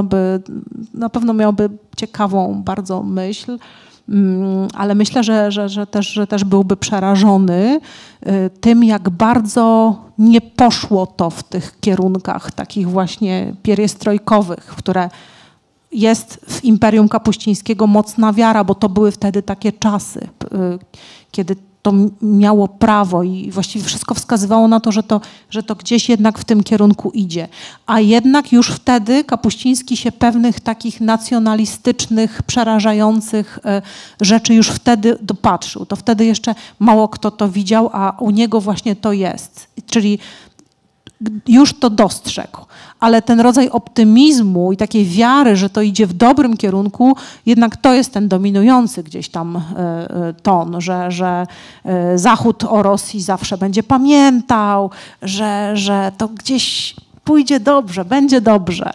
S3: Na pewno miałby ciekawą bardzo myśl. Ale myślę, że też byłby przerażony tym, jak bardzo nie poszło to w tych kierunkach takich właśnie pieriestrojkowych, w które jest w Imperium Kapuścińskiego mocna wiara, bo to były wtedy takie czasy, kiedy to miało prawo i właściwie wszystko wskazywało na to, że to gdzieś jednak w tym kierunku idzie. A jednak już wtedy Kapuściński się pewnych takich nacjonalistycznych, przerażających rzeczy już wtedy dopatrzył. To wtedy jeszcze mało kto to widział, a u niego właśnie to jest. Czyli już to dostrzegł. Ale ten rodzaj optymizmu i takiej wiary, że to idzie w dobrym kierunku, jednak to jest ten dominujący gdzieś tam ton, że Zachód o Rosji zawsze będzie pamiętał, że to gdzieś pójdzie dobrze, będzie dobrze.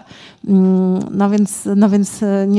S3: No więc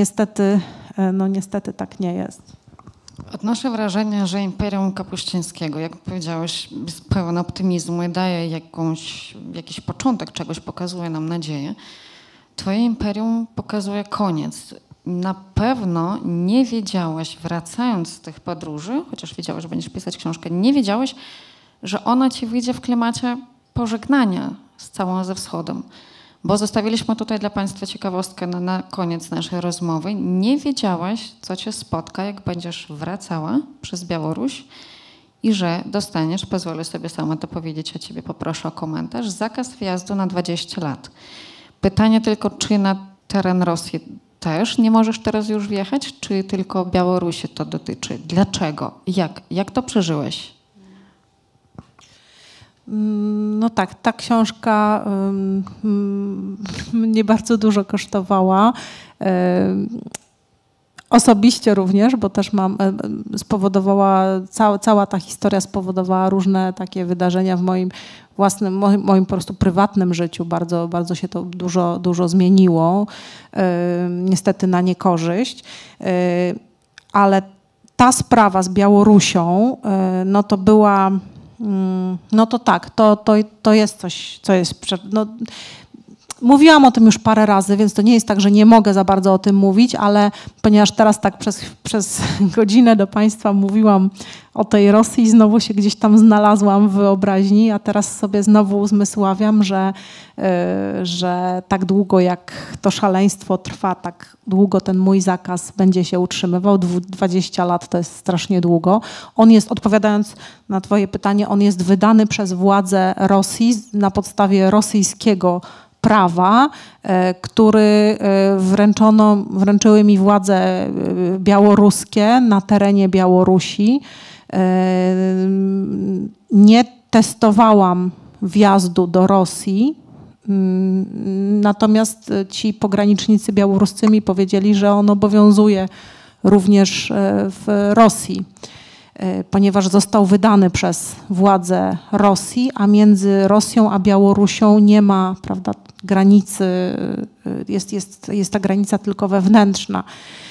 S3: niestety tak nie jest.
S2: Odnoszę wrażenie, że Imperium Kapuścińskiego, jak powiedziałeś, jest pełen optymizmu i daje jakiś początek czegoś, pokazuje nam nadzieję. Twoje imperium pokazuje koniec. Na pewno nie wiedziałaś, wracając z tych podróży, chociaż wiedziałaś, że będziesz pisać książkę, nie wiedziałaś, że ona ci wyjdzie w klimacie pożegnania z całą ze wschodem. Bo zostawiliśmy tutaj dla Państwa ciekawostkę na koniec naszej rozmowy. Nie wiedziałaś, co cię spotka, jak będziesz wracała przez Białoruś i że dostaniesz, pozwolę sobie sama to powiedzieć, a ciebie poproszę o komentarz, zakaz wjazdu na 20 lat. Pytanie tylko, czy na teren Rosji też nie możesz teraz już wjechać, czy tylko Białorusi to dotyczy? Dlaczego? Jak to przeżyłeś?
S3: No tak, ta książka mnie bardzo dużo kosztowała. Osobiście również, bo też cała ta historia spowodowała różne takie wydarzenia w moim własnym, moim po prostu prywatnym życiu. Bardzo, bardzo się to dużo zmieniło, niestety na niekorzyść. Ale ta sprawa z Białorusią, no to była, no to tak, to jest coś, co jest... Mówiłam o tym już parę razy, więc to nie jest tak, że nie mogę za bardzo o tym mówić, ale ponieważ teraz tak przez godzinę do Państwa mówiłam o tej Rosji i znowu się gdzieś tam znalazłam w wyobraźni, a teraz sobie znowu uzmysławiam, że tak długo jak to szaleństwo trwa, tak długo ten mój zakaz będzie się utrzymywał. 20 lat to jest strasznie długo. On jest, odpowiadając na Twoje pytanie, on jest wydany przez władze Rosji na podstawie rosyjskiego prawa, który wręczyły mi władze białoruskie na terenie Białorusi. Nie testowałam wjazdu do Rosji, natomiast ci pogranicznicy białoruscy mi powiedzieli, że on obowiązuje również w Rosji, ponieważ został wydany przez władze Rosji, a między Rosją a Białorusią nie ma, prawda, granicy, jest ta granica tylko wewnętrzna.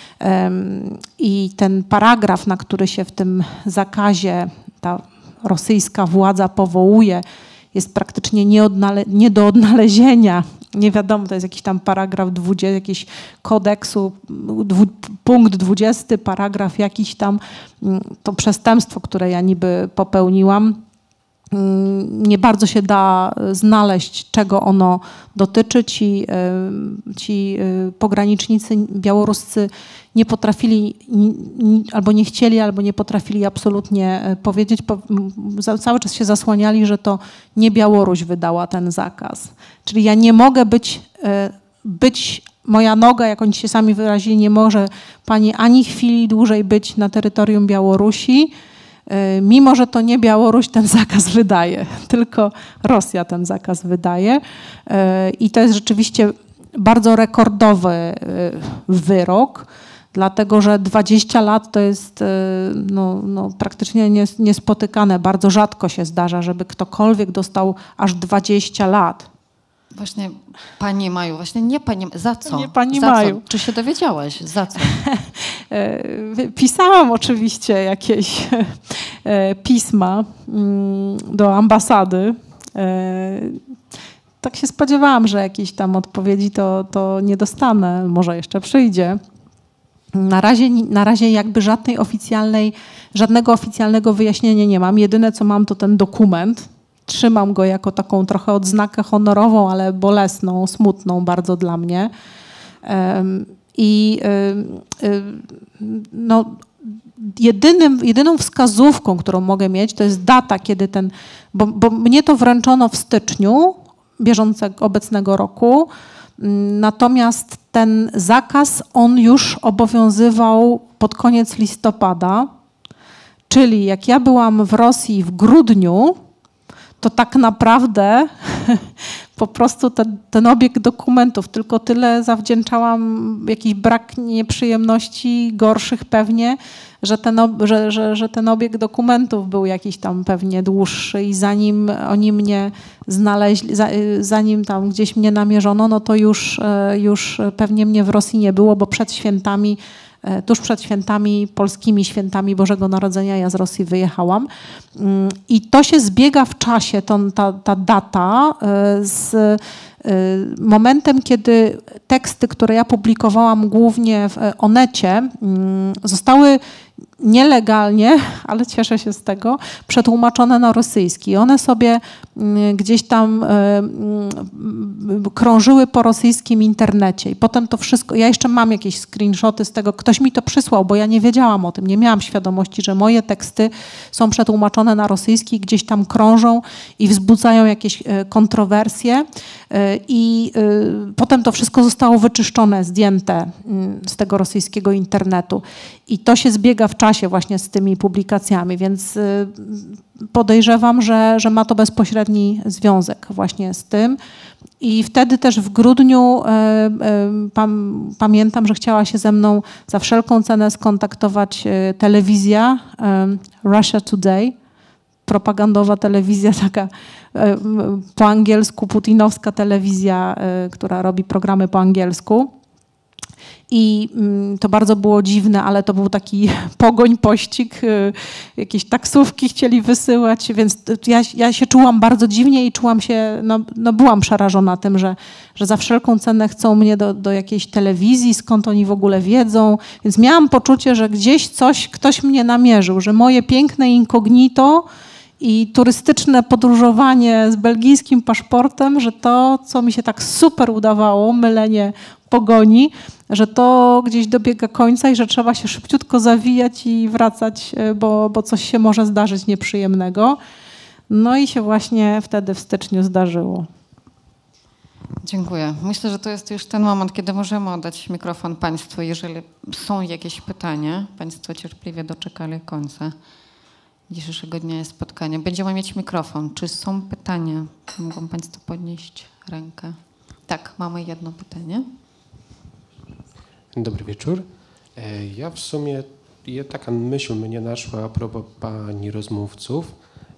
S3: I ten paragraf, na który się w tym zakazie ta rosyjska władza powołuje, jest praktycznie nie do odnalezienia. Nie wiadomo, to jest jakiś tam paragraf 20, jakiś kodeksu, punkt 20, paragraf jakiś tam, to przestępstwo, które ja niby popełniłam. Nie bardzo się da znaleźć, czego ono dotyczy. Ci pogranicznicy białoruscy nie potrafili, albo nie chcieli, albo nie potrafili absolutnie powiedzieć. Cały czas się zasłaniali, że to nie Białoruś wydała ten zakaz. Czyli ja nie mogę być moja noga, jak oni się sami wyrazili, nie może pani ani chwili dłużej być na terytorium Białorusi, mimo że to nie Białoruś ten zakaz wydaje, tylko Rosja ten zakaz wydaje. I to jest rzeczywiście bardzo rekordowy wyrok, dlatego że 20 lat to jest praktycznie niespotykane. Bardzo rzadko się zdarza, żeby ktokolwiek dostał aż 20 lat.
S2: Właśnie Pani Maju, właśnie nie Pani, za co?
S3: Nie Pani
S2: za
S3: Maju.
S2: Co? Czy się dowiedziałaś? Za co?
S3: Pisałam oczywiście jakieś pisma do ambasady. Tak się spodziewałam, że jakiejś tam odpowiedzi to nie dostanę. Może jeszcze przyjdzie. Na razie jakby żadnego oficjalnego wyjaśnienia nie mam. Jedyne co mam to ten dokument. Trzymam go jako taką trochę odznakę honorową, ale bolesną, smutną bardzo dla mnie. Jedyną wskazówką, którą mogę mieć, to jest data, kiedy bo mnie to wręczono w styczniu obecnego roku, natomiast ten zakaz, on już obowiązywał pod koniec listopada, czyli jak ja byłam w Rosji w grudniu, to tak naprawdę po prostu ten obieg dokumentów, tylko tyle zawdzięczałam jakiś brak nieprzyjemności, gorszych pewnie, że ten obieg dokumentów był jakiś tam pewnie dłuższy i zanim oni mnie znaleźli, zanim tam gdzieś mnie namierzono, no to już pewnie mnie w Rosji nie było, bo tuż przed świętami, polskimi świętami Bożego Narodzenia ja z Rosji wyjechałam. I to się zbiega w czasie, ta data z Momentem, kiedy teksty, które ja publikowałam głównie w Onecie, zostały nielegalnie, ale cieszę się z tego, przetłumaczone na rosyjski. One sobie gdzieś tam krążyły po rosyjskim internecie i potem to wszystko, ja jeszcze mam jakieś screenshoty z tego, ktoś mi to przysłał, bo ja nie wiedziałam o tym, nie miałam świadomości, że moje teksty są przetłumaczone na rosyjski, gdzieś tam krążą i wzbudzają jakieś kontrowersje i potem to wszystko zostało wyczyszczone, zdjęte z tego rosyjskiego internetu i to się zbiega w czasie właśnie z tymi publikacjami, więc podejrzewam, że ma to bezpośredni związek właśnie z tym. I wtedy też w grudniu pamiętam, że chciała się ze mną za wszelką cenę skontaktować telewizja Russia Today, propagandowa telewizja taka po angielsku, putinowska telewizja, która robi programy po angielsku. I to bardzo było dziwne, ale to był taki pogoń, pościg, jakieś taksówki chcieli wysyłać, więc ja się czułam bardzo dziwnie i czułam się, byłam przerażona tym, że za wszelką cenę chcą mnie do jakiejś telewizji, skąd oni w ogóle wiedzą, więc miałam poczucie, że gdzieś ktoś mnie namierzył, że moje piękne incognito i turystyczne podróżowanie z belgijskim paszportem, że to, co mi się tak super udawało, mylenie pogoni, że to gdzieś dobiega końca i że trzeba się szybciutko zawijać i wracać, bo coś się może zdarzyć nieprzyjemnego. No i się właśnie wtedy w styczniu zdarzyło.
S2: Dziękuję. Myślę, że to jest już ten moment, kiedy możemy oddać mikrofon Państwu, jeżeli są jakieś pytania. Państwo cierpliwie doczekali końca dzisiejszego dnia spotkania. Będziemy mieć mikrofon. Czy są pytania? Mogą Państwo podnieść rękę? Tak, mamy jedno pytanie.
S4: Dobry wieczór. Ja w sumie, taka myśl mnie naszła a propos pani rozmówców,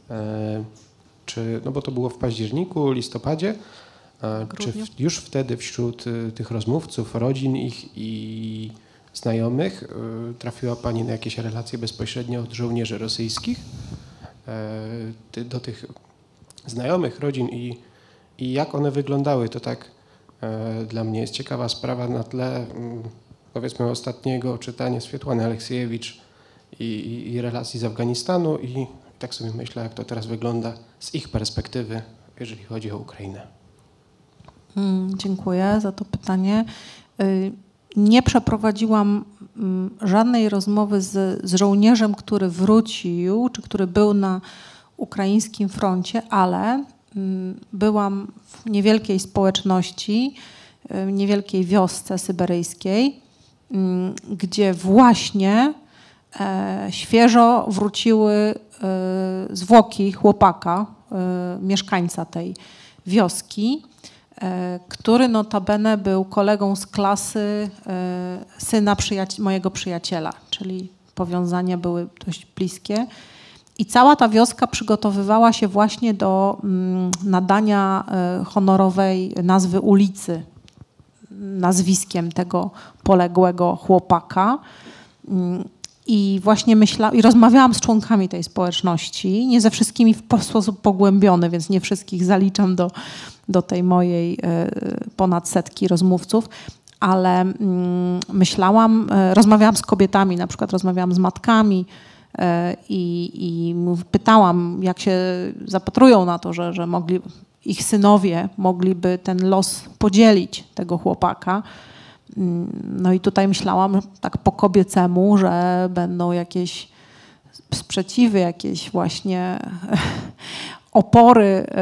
S4: bo to było w październiku, listopadzie, czy już wtedy wśród tych rozmówców, rodzin ich i znajomych trafiła pani na jakieś relacje bezpośrednio od żołnierzy rosyjskich do tych znajomych, rodzin i jak one wyglądały, to tak dla mnie jest ciekawa sprawa na tle powiedzmy ostatniego czytania Swiatłany Aleksiejewicz i relacji z Afganistanu i tak sobie myślę, jak to teraz wygląda z ich perspektywy, jeżeli chodzi o Ukrainę.
S3: Dziękuję za to pytanie. Nie przeprowadziłam żadnej rozmowy z żołnierzem, który wrócił, czy który był na ukraińskim froncie, ale byłam w niewielkiej społeczności, niewielkiej wiosce syberyjskiej, gdzie właśnie świeżo wróciły zwłoki chłopaka, mieszkańca tej wioski, który notabene był kolegą z klasy syna mojego przyjaciela, czyli powiązania były dość bliskie. I cała ta wioska przygotowywała się właśnie do nadania honorowej nazwy ulicy nazwiskiem tego poległego chłopaka. I właśnie i rozmawiałam z członkami tej społeczności, nie ze wszystkimi w sposób pogłębiony, więc nie wszystkich zaliczam do tej mojej ponad setki rozmówców, ale rozmawiałam z kobietami, na przykład rozmawiałam z matkami i pytałam, jak się zapatrują na to, że ich synowie mogliby ten los podzielić tego chłopaka. No i tutaj myślałam tak po kobiecemu, że będą jakieś sprzeciwy, jakieś właśnie opory.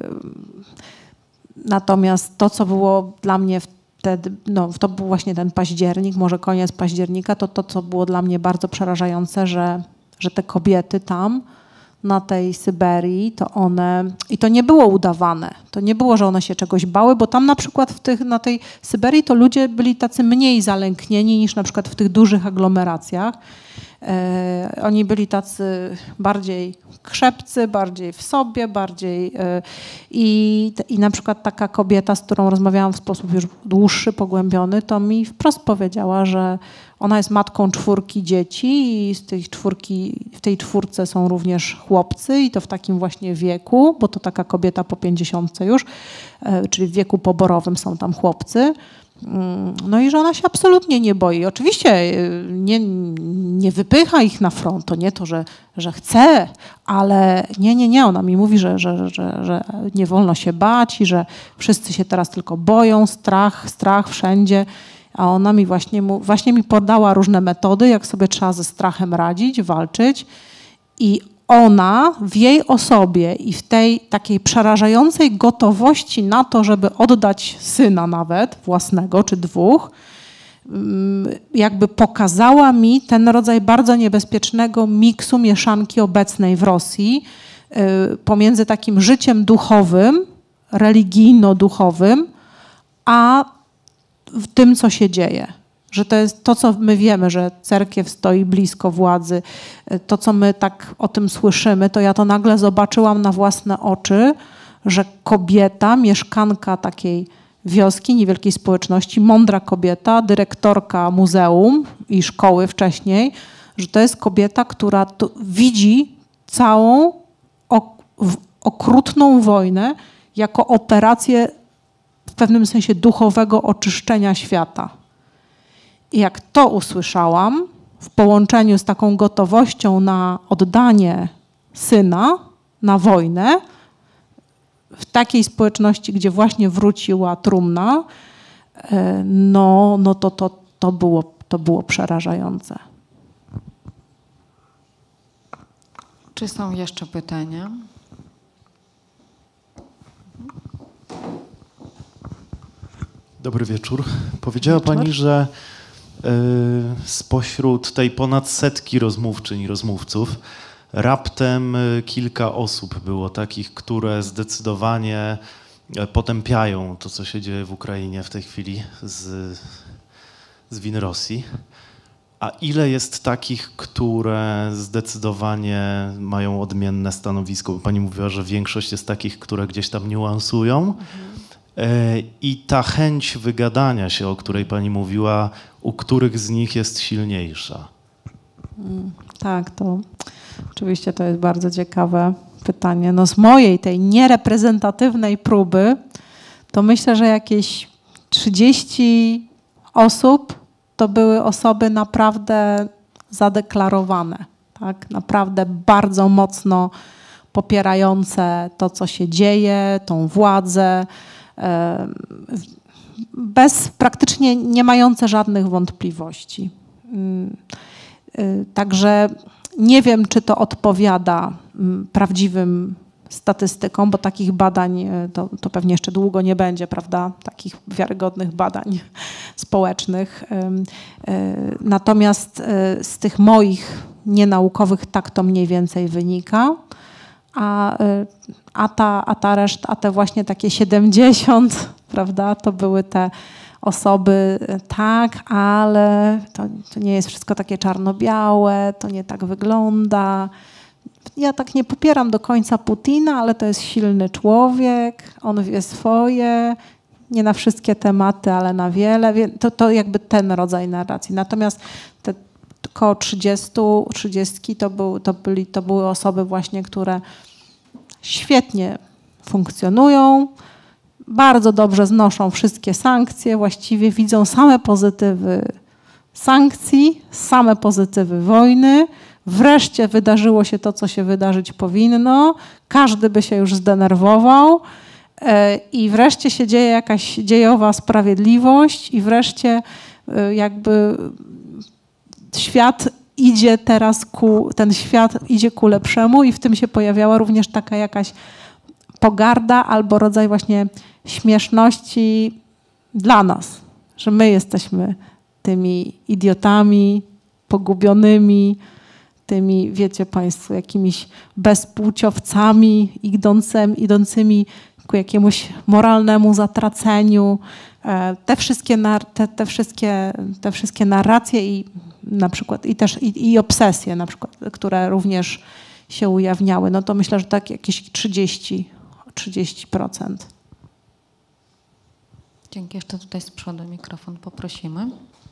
S3: Natomiast to, co było dla mnie wtedy, to był właśnie ten październik, może koniec października, to co było dla mnie bardzo przerażające, że te kobiety tam na tej Syberii, i to nie było udawane. To nie było, że one się czegoś bały, bo tam na przykład na tej Syberii to ludzie byli tacy mniej zalęknieni niż na przykład w tych dużych aglomeracjach. Oni byli tacy bardziej krzepcy, bardziej w sobie, bardziej i na przykład taka kobieta, z którą rozmawiałam w sposób już dłuższy, pogłębiony, to mi wprost powiedziała, że ona jest matką 4 dzieci i w tej 4 są również chłopcy i to w takim właśnie wieku, bo to taka kobieta po 50 już, czyli w wieku poborowym są tam chłopcy. No i że ona się absolutnie nie boi. Oczywiście nie wypycha ich na front, to nie to, że chce, ale nie. Ona mi mówi, że nie wolno się bać i że wszyscy się teraz tylko boją, strach wszędzie. A ona mi właśnie mi podała różne metody, jak sobie trzeba ze strachem radzić, walczyć. I ona w jej osobie i w tej takiej przerażającej gotowości na to, żeby oddać syna nawet własnego czy 2, jakby pokazała mi ten rodzaj bardzo niebezpiecznego miksu, mieszanki obecnej w Rosji pomiędzy takim życiem duchowym, religijno-duchowym, a w tym, co się dzieje. Że to jest to, co my wiemy, że cerkiew stoi blisko władzy, to, co my tak o tym słyszymy, to ja to nagle zobaczyłam na własne oczy, że kobieta, mieszkanka takiej wioski, niewielkiej społeczności, mądra kobieta, dyrektorka muzeum i szkoły wcześniej, że to jest kobieta, która widzi całą okrutną wojnę jako operację w pewnym sensie duchowego oczyszczenia świata. I jak to usłyszałam, w połączeniu z taką gotowością na oddanie syna na wojnę, w takiej społeczności, gdzie właśnie wróciła trumna, no to było przerażające.
S2: Czy są jeszcze pytania?
S5: Dobry wieczór. Powiedziała Pani, że spośród tej ponad 100 rozmówczyń i rozmówców raptem kilka osób było takich, które zdecydowanie potępiają to, co się dzieje w Ukrainie w tej chwili z winy Rosji. A ile jest takich, które zdecydowanie mają odmienne stanowisko? Bo Pani mówiła, że większość jest takich, które gdzieś tam niuansują. I ta chęć wygadania się, o której Pani mówiła, u których z nich jest silniejsza?
S3: Tak, to oczywiście to jest bardzo ciekawe pytanie. No z mojej tej niereprezentatywnej próby to myślę, że jakieś 30 osób to były osoby naprawdę zadeklarowane, tak? Naprawdę bardzo mocno popierające to, co się dzieje, tą władzę, praktycznie nie mające żadnych wątpliwości. Także nie wiem, czy to odpowiada prawdziwym statystykom, bo takich badań to pewnie jeszcze długo nie będzie, prawda? Takich wiarygodnych badań społecznych. Natomiast z tych moich nienaukowych tak to mniej więcej wynika. A ta reszta, a te właśnie takie 70, prawda, to były te osoby, tak, ale to nie jest wszystko takie czarno-białe, to nie tak wygląda. Ja tak nie popieram do końca Putina, ale to jest silny człowiek, on wie swoje, nie na wszystkie tematy, ale na wiele. To jakby ten rodzaj narracji. Natomiast te około 30 to były osoby właśnie, które świetnie funkcjonują, bardzo dobrze znoszą wszystkie sankcje, właściwie widzą same pozytywy sankcji, same pozytywy wojny. Wreszcie wydarzyło się to, co się wydarzyć powinno. Każdy by się już zdenerwował i wreszcie się dzieje jakaś dziejowa sprawiedliwość i wreszcie jakby ten świat idzie ku lepszemu i w tym się pojawiała również taka jakaś pogarda albo rodzaj właśnie śmieszności dla nas, że my jesteśmy tymi idiotami, pogubionymi, tymi, wiecie Państwo, jakimiś bezpłciowcami idącymi ku jakiemuś moralnemu zatraceniu. Te wszystkie narracje i na przykład i też i obsesje na przykład, które również się ujawniały, no to myślę, że tak jakieś 30%.
S2: Dzięki. Jeszcze tutaj z przodu mikrofon poprosimy.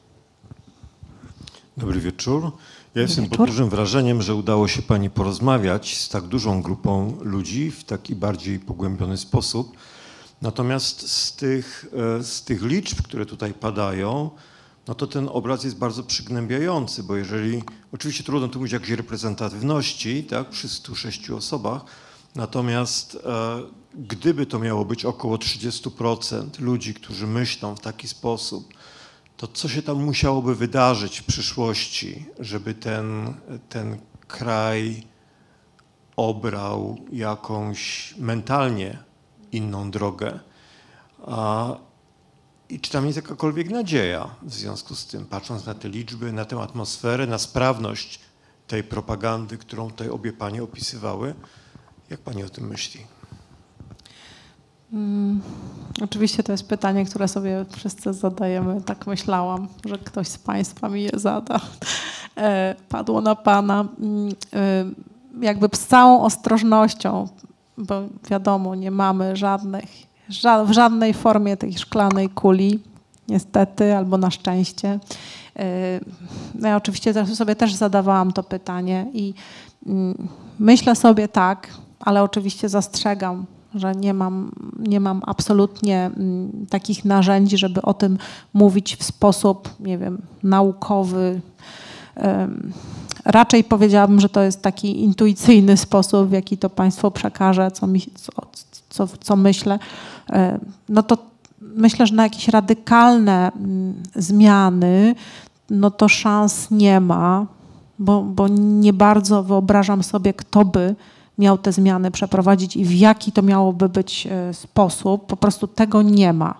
S6: Dobry wieczór. Ja jestem pod dużym wrażeniem, że udało się Pani porozmawiać z tak dużą grupą ludzi w taki bardziej pogłębiony sposób. Natomiast z tych liczb, które tutaj padają, no to ten obraz jest bardzo przygnębiający, bo jeżeli, oczywiście trudno tu mówić o jakiejś reprezentatywności, tak, przy 106 osobach, natomiast gdyby to miało być około 30% ludzi, którzy myślą w taki sposób, to co się tam musiałoby wydarzyć w przyszłości, żeby ten kraj obrał jakąś mentalnie inną drogę? I czy tam jest jakakolwiek nadzieja w związku z tym, patrząc na te liczby, na tę atmosferę, na sprawność tej propagandy, którą tutaj obie Panie opisywały? Jak Pani o tym myśli?
S3: Oczywiście to jest pytanie, które sobie wszyscy zadajemy. Tak myślałam, że ktoś z Państwa mi je zada. Padło na Pana. Jakby z całą ostrożnością, bo wiadomo, nie mamy w żadnej formie tej szklanej kuli, niestety, albo na szczęście. Ja oczywiście sobie też zadawałam to pytanie i myślę sobie tak, ale oczywiście zastrzegam, że nie mam absolutnie takich narzędzi, żeby o tym mówić w sposób, nie wiem, naukowy. Raczej powiedziałabym, że to jest taki intuicyjny sposób, w jaki to Państwu przekażę, co myślę. No to myślę, że na jakieś radykalne zmiany, no to szans nie ma, bo nie bardzo wyobrażam sobie, kto by miał te zmiany przeprowadzić i w jaki to miałoby być sposób. Po prostu tego nie ma.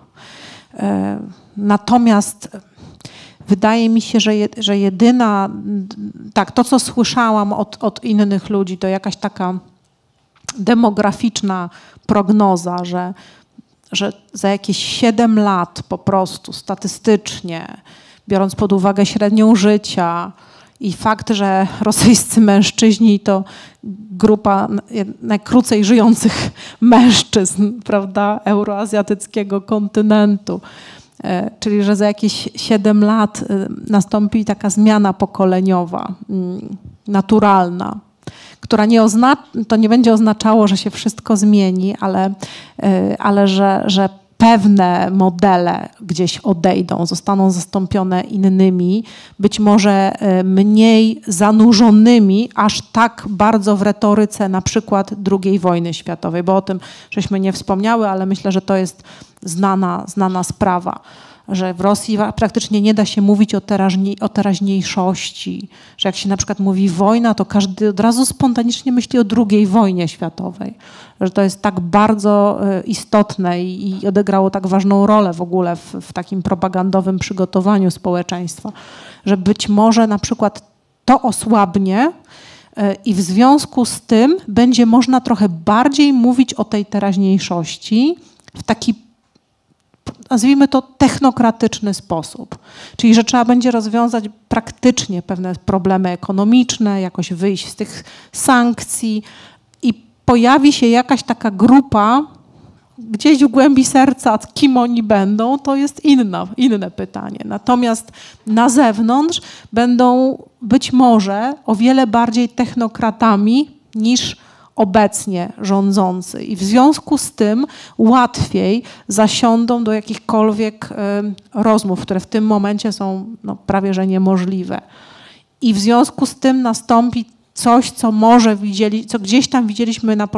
S3: Natomiast wydaje mi się, że jedyna, tak, to co słyszałam od innych ludzi, to jakaś taka demograficzna prognoza, że za jakieś 7 lat po prostu statystycznie, biorąc pod uwagę średnią życia i fakt, że rosyjscy mężczyźni to grupa najkrócej żyjących mężczyzn, prawda, euroazjatyckiego kontynentu, czyli że za jakieś 7 lat nastąpi taka zmiana pokoleniowa, naturalna, która to nie będzie oznaczało, że się wszystko zmieni, ale że pewne modele gdzieś odejdą, zostaną zastąpione innymi, być może mniej zanurzonymi aż tak bardzo w retoryce na przykład II wojny światowej, bo o tym żeśmy nie wspomniały, ale myślę, że to jest znana sprawa, że w Rosji praktycznie nie da się mówić o teraźniejszości, że jak się na przykład mówi wojna, to każdy od razu spontanicznie myśli o II wojnie światowej, że to jest tak bardzo istotne i odegrało tak ważną rolę w ogóle w takim propagandowym przygotowaniu społeczeństwa, że być może na przykład to osłabnie i w związku z tym będzie można trochę bardziej mówić o tej teraźniejszości w taki, nazwijmy to, technokratyczny sposób. Czyli, że trzeba będzie rozwiązać praktycznie pewne problemy ekonomiczne, jakoś wyjść z tych sankcji i pojawi się jakaś taka grupa gdzieś w głębi serca, kim oni będą, to jest inne pytanie. Natomiast na zewnątrz będą być może o wiele bardziej technokratami niż obecnie rządzący i w związku z tym łatwiej zasiądą do jakichkolwiek rozmów, które w tym momencie są prawie że niemożliwe. I w związku z tym nastąpi coś, co gdzieś tam widzieliśmy na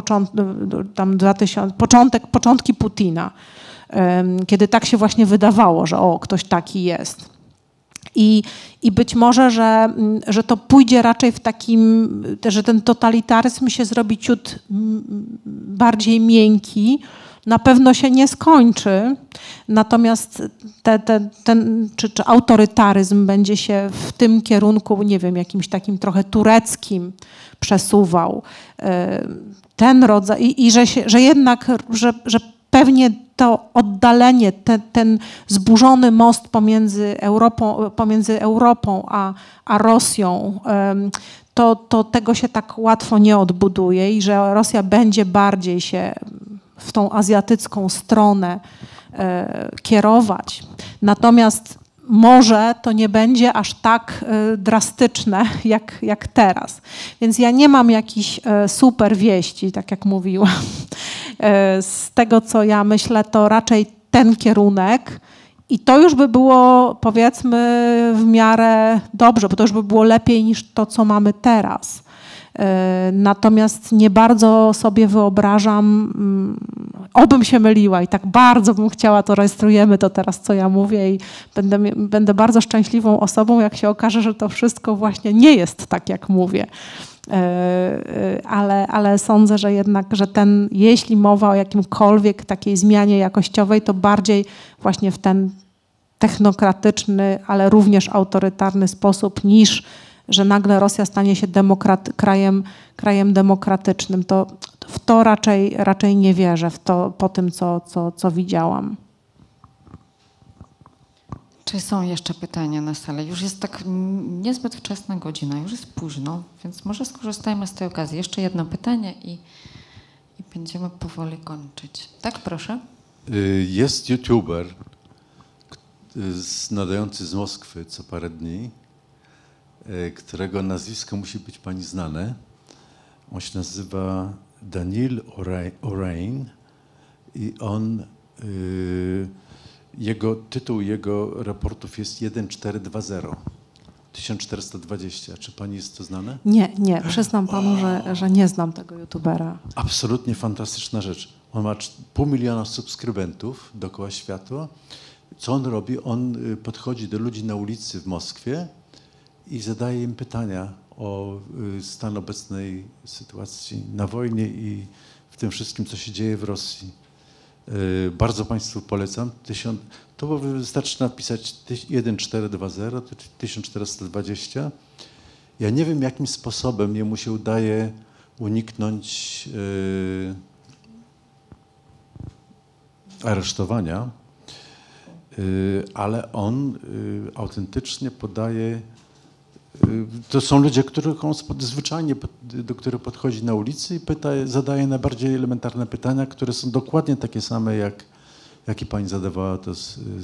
S3: początki Putina, kiedy tak się właśnie wydawało, że ktoś taki jest. I być może, że to pójdzie raczej w takim, że ten totalitaryzm się zrobi ciut bardziej miękki, na pewno się nie skończy, natomiast czy autorytaryzm będzie się w tym kierunku, nie wiem, jakimś takim trochę tureckim przesuwał. Ten rodzaj, że jednak pewnie to oddalenie, ten zburzony most pomiędzy Europą a Rosją, to tego się tak łatwo nie odbuduje i że Rosja będzie bardziej się w tą azjatycką stronę kierować. Natomiast może to nie będzie aż tak drastyczne jak teraz. Więc ja nie mam jakichś super wieści, tak jak mówiłam. Z tego, co ja myślę, to raczej ten kierunek i to już by było, powiedzmy, w miarę dobrze, bo to już by było lepiej niż to, co mamy teraz. Natomiast nie bardzo sobie wyobrażam, obym się myliła i tak bardzo bym chciała, to rejestrujemy to teraz, co ja mówię i będę bardzo szczęśliwą osobą, jak się okaże, że to wszystko właśnie nie jest tak, jak mówię. Ale sądzę, że jednak, że jeśli mowa o jakimkolwiek takiej zmianie jakościowej, to bardziej właśnie w ten technokratyczny, ale również autorytarny sposób, niż że nagle Rosja stanie się krajem demokratycznym. To w to raczej nie wierzę, po tym, co widziałam.
S2: Czy są jeszcze pytania na salę? Już jest tak niezbyt wczesna godzina, już jest późno, więc może skorzystajmy z tej okazji. Jeszcze jedno pytanie i będziemy powoli kończyć. Tak, proszę.
S7: Jest youtuber nadający z Moskwy co parę dni, którego nazwisko musi być pani znane. On się nazywa Daniil Orain i on, tytuł jego raportów jest 1420. Czy pani jest to znane?
S3: Nie. Przyznam panu, że nie znam tego youtubera.
S7: Absolutnie fantastyczna rzecz. On ma 500 000 subskrybentów dookoła świata. Co on robi? On podchodzi do ludzi na ulicy w Moskwie i zadaje im pytania o stan obecnej sytuacji na wojnie i w tym wszystkim, co się dzieje w Rosji. Bardzo państwu polecam. To wystarczy napisać 1420, to 1420. Ja nie wiem, jakim sposobem jemu się udaje uniknąć aresztowania, ale on autentycznie podaje. To są ludzie, których on zwyczajnie, do których podchodzi na ulicy i zadaje najbardziej elementarne pytania, które są dokładnie takie same, jakie pani zadawała to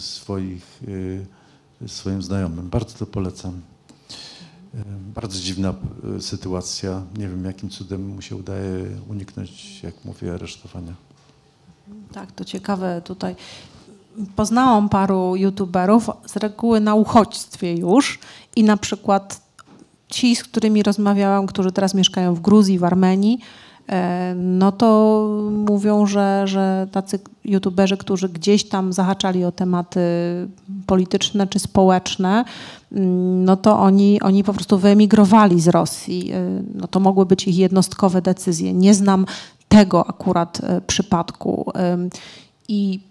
S7: swoim znajomym. Bardzo to polecam. Bardzo dziwna sytuacja. Nie wiem, jakim cudem mu się udaje uniknąć, jak mówię, aresztowania.
S3: Tak, to ciekawe tutaj. Poznałam paru youtuberów, z reguły na uchodźstwie już i na przykład ci, z którymi rozmawiałam, którzy teraz mieszkają w Gruzji, w Armenii, no to mówią, że tacy youtuberzy, którzy gdzieś tam zahaczali o tematy polityczne czy społeczne, no to oni po prostu wyemigrowali z Rosji. No to mogły być ich jednostkowe decyzje. Nie znam tego akurat przypadku. I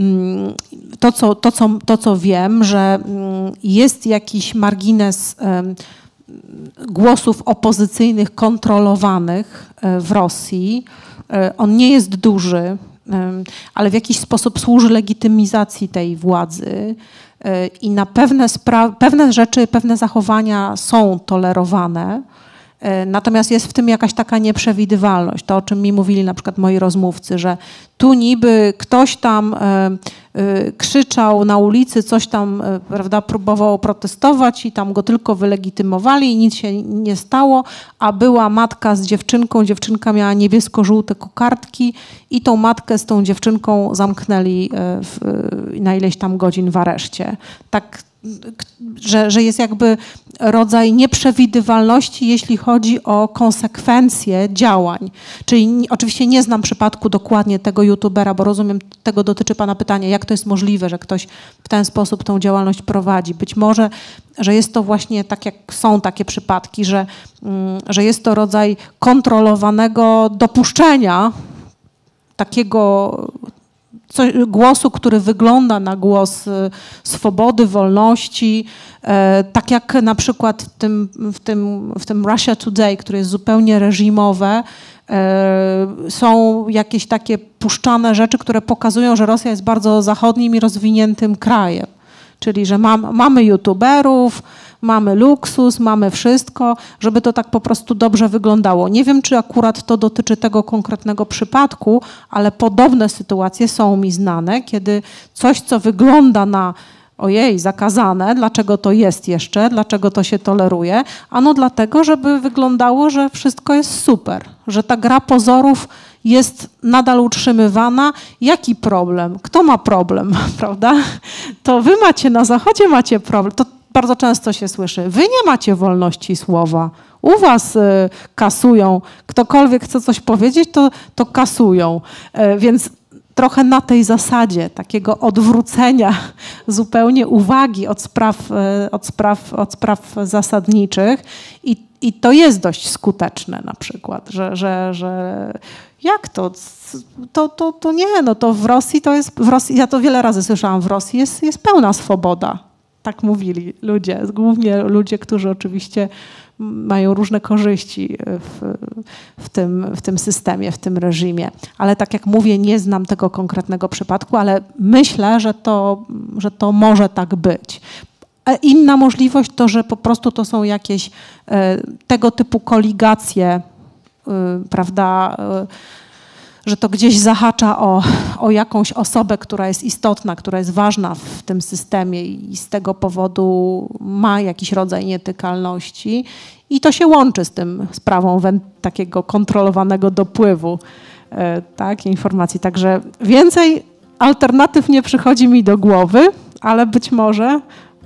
S3: to, co wiem, że jest jakiś margines głosów opozycyjnych kontrolowanych w Rosji. On nie jest duży, ale w jakiś sposób służy legitymizacji tej władzy i na pewne rzeczy, pewne zachowania są tolerowane. Natomiast jest w tym jakaś taka nieprzewidywalność. To, o czym mi mówili na przykład moi rozmówcy, że tu niby ktoś tam krzyczał na ulicy, coś tam, prawda, próbował protestować i tam go tylko wylegitymowali i nic się nie stało, a była matka z dziewczynką, dziewczynka miała niebiesko-żółte kokardki i tą matkę z tą dziewczynką zamknęli na ileś tam godzin w areszcie. Tak, że jest jakby rodzaj nieprzewidywalności, jeśli chodzi o konsekwencje działań. Czyli oczywiście nie znam przypadku dokładnie tego youtubera, bo rozumiem, tego dotyczy pana pytania, jak to jest możliwe, że ktoś w ten sposób tą działalność prowadzi. Być może, że jest to właśnie tak, jak są takie przypadki, że jest to rodzaj kontrolowanego dopuszczenia takiego głosu, który wygląda na głos swobody, wolności, tak jak na przykład w tym Russia Today, które jest zupełnie reżimowe, Są jakieś takie puszczane rzeczy, które pokazują, że Rosja jest bardzo zachodnim i rozwiniętym krajem. Czyli, że mamy youtuberów, mamy luksus, mamy wszystko, żeby to tak po prostu dobrze wyglądało. Nie wiem, czy akurat to dotyczy tego konkretnego przypadku, ale podobne sytuacje są mi znane, kiedy coś, co wygląda na ojej, zakazane, dlaczego to jest jeszcze, dlaczego to się toleruje? Ano dlatego, żeby wyglądało, że wszystko jest super, że ta gra pozorów jest nadal utrzymywana. Jaki problem? Kto ma problem, prawda? To wy macie na Zachodzie macie problem. To bardzo często się słyszy. Wy nie macie wolności słowa. U was kasują. Ktokolwiek chce coś powiedzieć, to kasują. Więc trochę na tej zasadzie takiego odwrócenia zupełnie uwagi od spraw zasadniczych i to jest dość skuteczne na przykład, że jak to? To nie, no to w Rosji to jest, ja to wiele razy słyszałam, w Rosji jest pełna swoboda. Tak mówili ludzie, głównie ludzie, którzy oczywiście mają różne korzyści w tym systemie, w tym reżimie. Ale tak jak mówię, nie znam tego konkretnego przypadku, ale myślę, że to może tak być. Inna możliwość to, że po prostu to są jakieś tego typu koligacje, prawda, że to gdzieś zahacza o jakąś osobę, która jest istotna, która jest ważna w tym systemie i z tego powodu ma jakiś rodzaj nietykalności i to się łączy z tym sprawą takiego kontrolowanego dopływu informacji. Także więcej alternatyw nie przychodzi mi do głowy, ale być może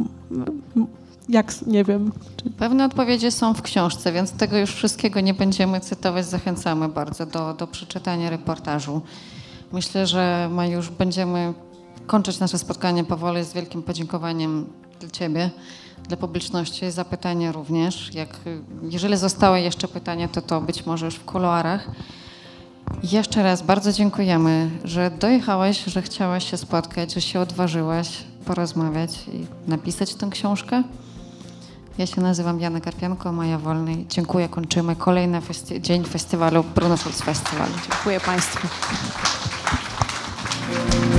S3: nie wiem.
S2: Pewne odpowiedzi są w książce, więc tego już wszystkiego nie będziemy cytować. Zachęcamy bardzo do przeczytania reportażu. Myślę, że już będziemy kończyć nasze spotkanie powoli z wielkim podziękowaniem dla Ciebie, dla publiczności, za pytania również. Jeżeli zostały jeszcze pytania, to być może już w kuluarach. Jeszcze raz bardzo dziękujemy, że dojechałeś, że chciałaś się spotkać, że się odważyłaś porozmawiać i napisać tę książkę. Ja się nazywam Jana Karpianko, Maja Wolny. Dziękuję, kończymy kolejny dzień festiwalu Brunner Schulz Festival.
S3: Dziękuję Państwu.